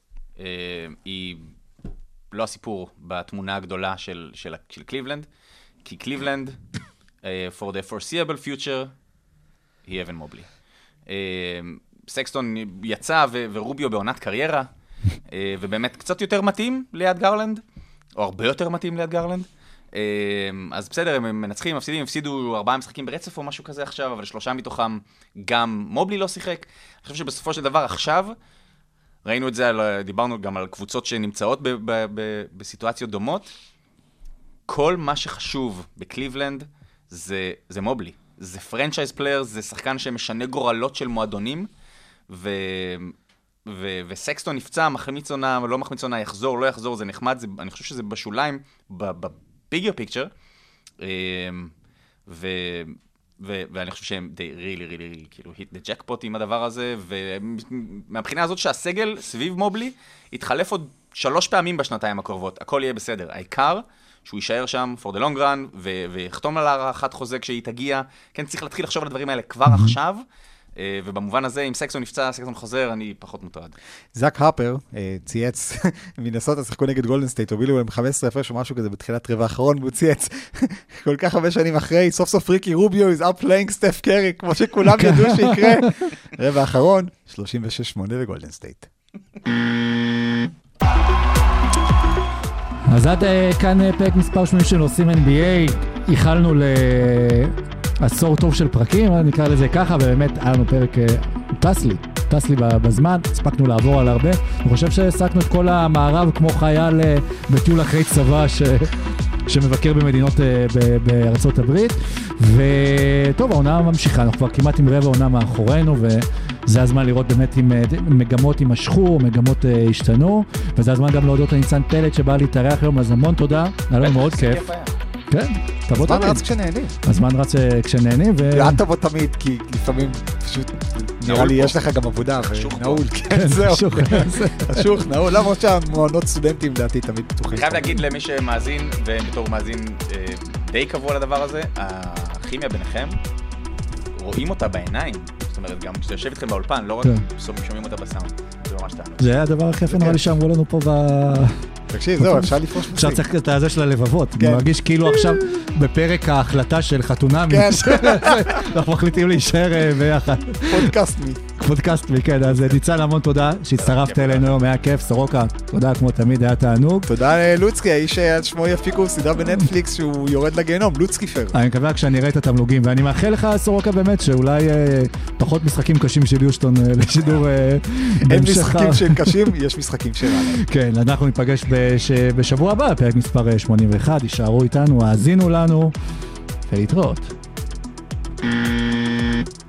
היא לא הסיפור בתמונה הגדולה של, של, של קליבלנד, כי קליבלנד, for the foreseeable future, היא אבן מובלי. סקסטון יצא ו- ורוביו בעונת קריירה, ובאמת קצת יותר מתאים ליד גרלנד, או הרבה יותר מתאים ליד גרלנד. אז בסדר, הם מנצחים, מפסידים, הפסידו ארבעה משחקים ברצף או משהו כזה עכשיו, אבל שלושה מתוכם גם מובלי לא שיחק. אני חושב שבסופו של דבר עכשיו, ראינו את זה, דיברנו גם על קבוצות שנמצאות ב- ב- ב- בסיטואציות דומות, כל מה שחשוב בקליבלנד זה, זה מובלי. זה פרנצ'ייז פלייר, זה שחקן שמשנה גורלות של מועדונים, ו... ו- וסקסטון נפצע, מחמיץ עונה, לא מחמיץ עונה, יחזור, לא יחזור, זה נחמד, זה, אני חושב שזה בשוליים, בביגר פיקצ'ר, ו- ו- ואני חושב שהם די רילי, רילי, רילי, כאילו, hit the jackpot עם הדבר הזה, ומהבחינה הזאת שהסגל סביב מובלי, יתחלף עוד שלוש פעמים בשנתיים הקרובות, הכל יהיה בסדר. העיקר שהוא יישאר שם for the long run, ו- ויחתום על האחת חוזה כשהיא תגיע, כן, צריך להתחיל לחשוב על הדברים האלה כבר עכשיו, ובמובן הזה, אם סקסטון נפצע, סקסטון חוזר, אני פחות מוטרד. זק הרפר צייץ, מנסות שיחקו נגד גולדן סטייט, הובילו להם חמש עשרה הפרש או משהו כזה בתחילת רבע האחרון, והוא צייץ כל כך הרבה שנים אחרי, סוף סוף ריקי רוביו is up playing סטף קרי, כמו שכולם ידעו שיקרה. רבע האחרון, שלושים ושש שמונה לגולדן סטייט. אז עד כאן פרק מספר שמונים של עושים אן בי איי, איחלנו ל... עשור טוב של פרקים, נקרא לזה ככה, ובאמת היה לנו פרק, טס לי, טס לי בזמן, הספקנו לעבור על הרבה, אני חושב שהסקנו את כל המערב כמו חייל בטיול אחרי צבא, שמבקר במדינות בארצות הברית, וטוב, העונה ממשיכה, אנחנו כבר כמעט עם רבע העונה מאחורינו, וזה הזמן לראות באמת אם מגמות יימשכו, מגמות השתנו, וזה הזמן גם להודות לניצן פלד שבא להתארח היום, אז המון תודה, היה לנו מאוד כיף. כן, תבוא תמיד. הזמן רץ כשנהנים. הזמן רץ כשנהנים, ו... ואל תבוא תמיד, כי לפעמים פשוט נראה לי יש לך גם עבודה, ונעול, כן, זהו. חשוך, נעול, למרות שהמעונות סטודנטים דעתי תמיד פתוחים. אני חייב להגיד למי שמאזין, ובתור מאזין די קבוע לדבר הזה, הכימיה ביניכם, רואים אותה בעיניים. זאת אומרת, גם כשאתה יושב איתכם באולפן, לא רק שומעים אותה בסאונד. זה ממש תענוג. זה היה הדבר הכי יפה נראה לי שאמרו לנו פה ב... תקשיב, זהו, אפשר לפרוש מוסים. עכשיו צריך את הזה של הלבבות. אני מרגיש כאילו עכשיו בפרק ההחלטה של חתונמי. אנחנו מחליטים להישאר ביחד. פודקאסט מי. פודקאסט מי, כן. אז ניצן, המון תודה שהצטרפת אלינו היום, היה כיף. סורוקה, תודה כמו תמיד, היה תענוג. תודה ללוצקי, האיש על שמו יפיקו סדרה בנטפליקס שהוא יורד לגיהנום, לוצקי פר. אני מקווה כשאני אראה את התמלוגים, ואני מאחל לך, סורוקה, באמת, שאולי פחות משחקים קשים של יושטון לשידור אין משחקים שהם קשים, יש משחקים שלנו. כן, אנחנו ניפגש בשבוע הבא, פרק מספר שמונים ואחת, יישארו איתנו, האזינו לנו, ולהתראות.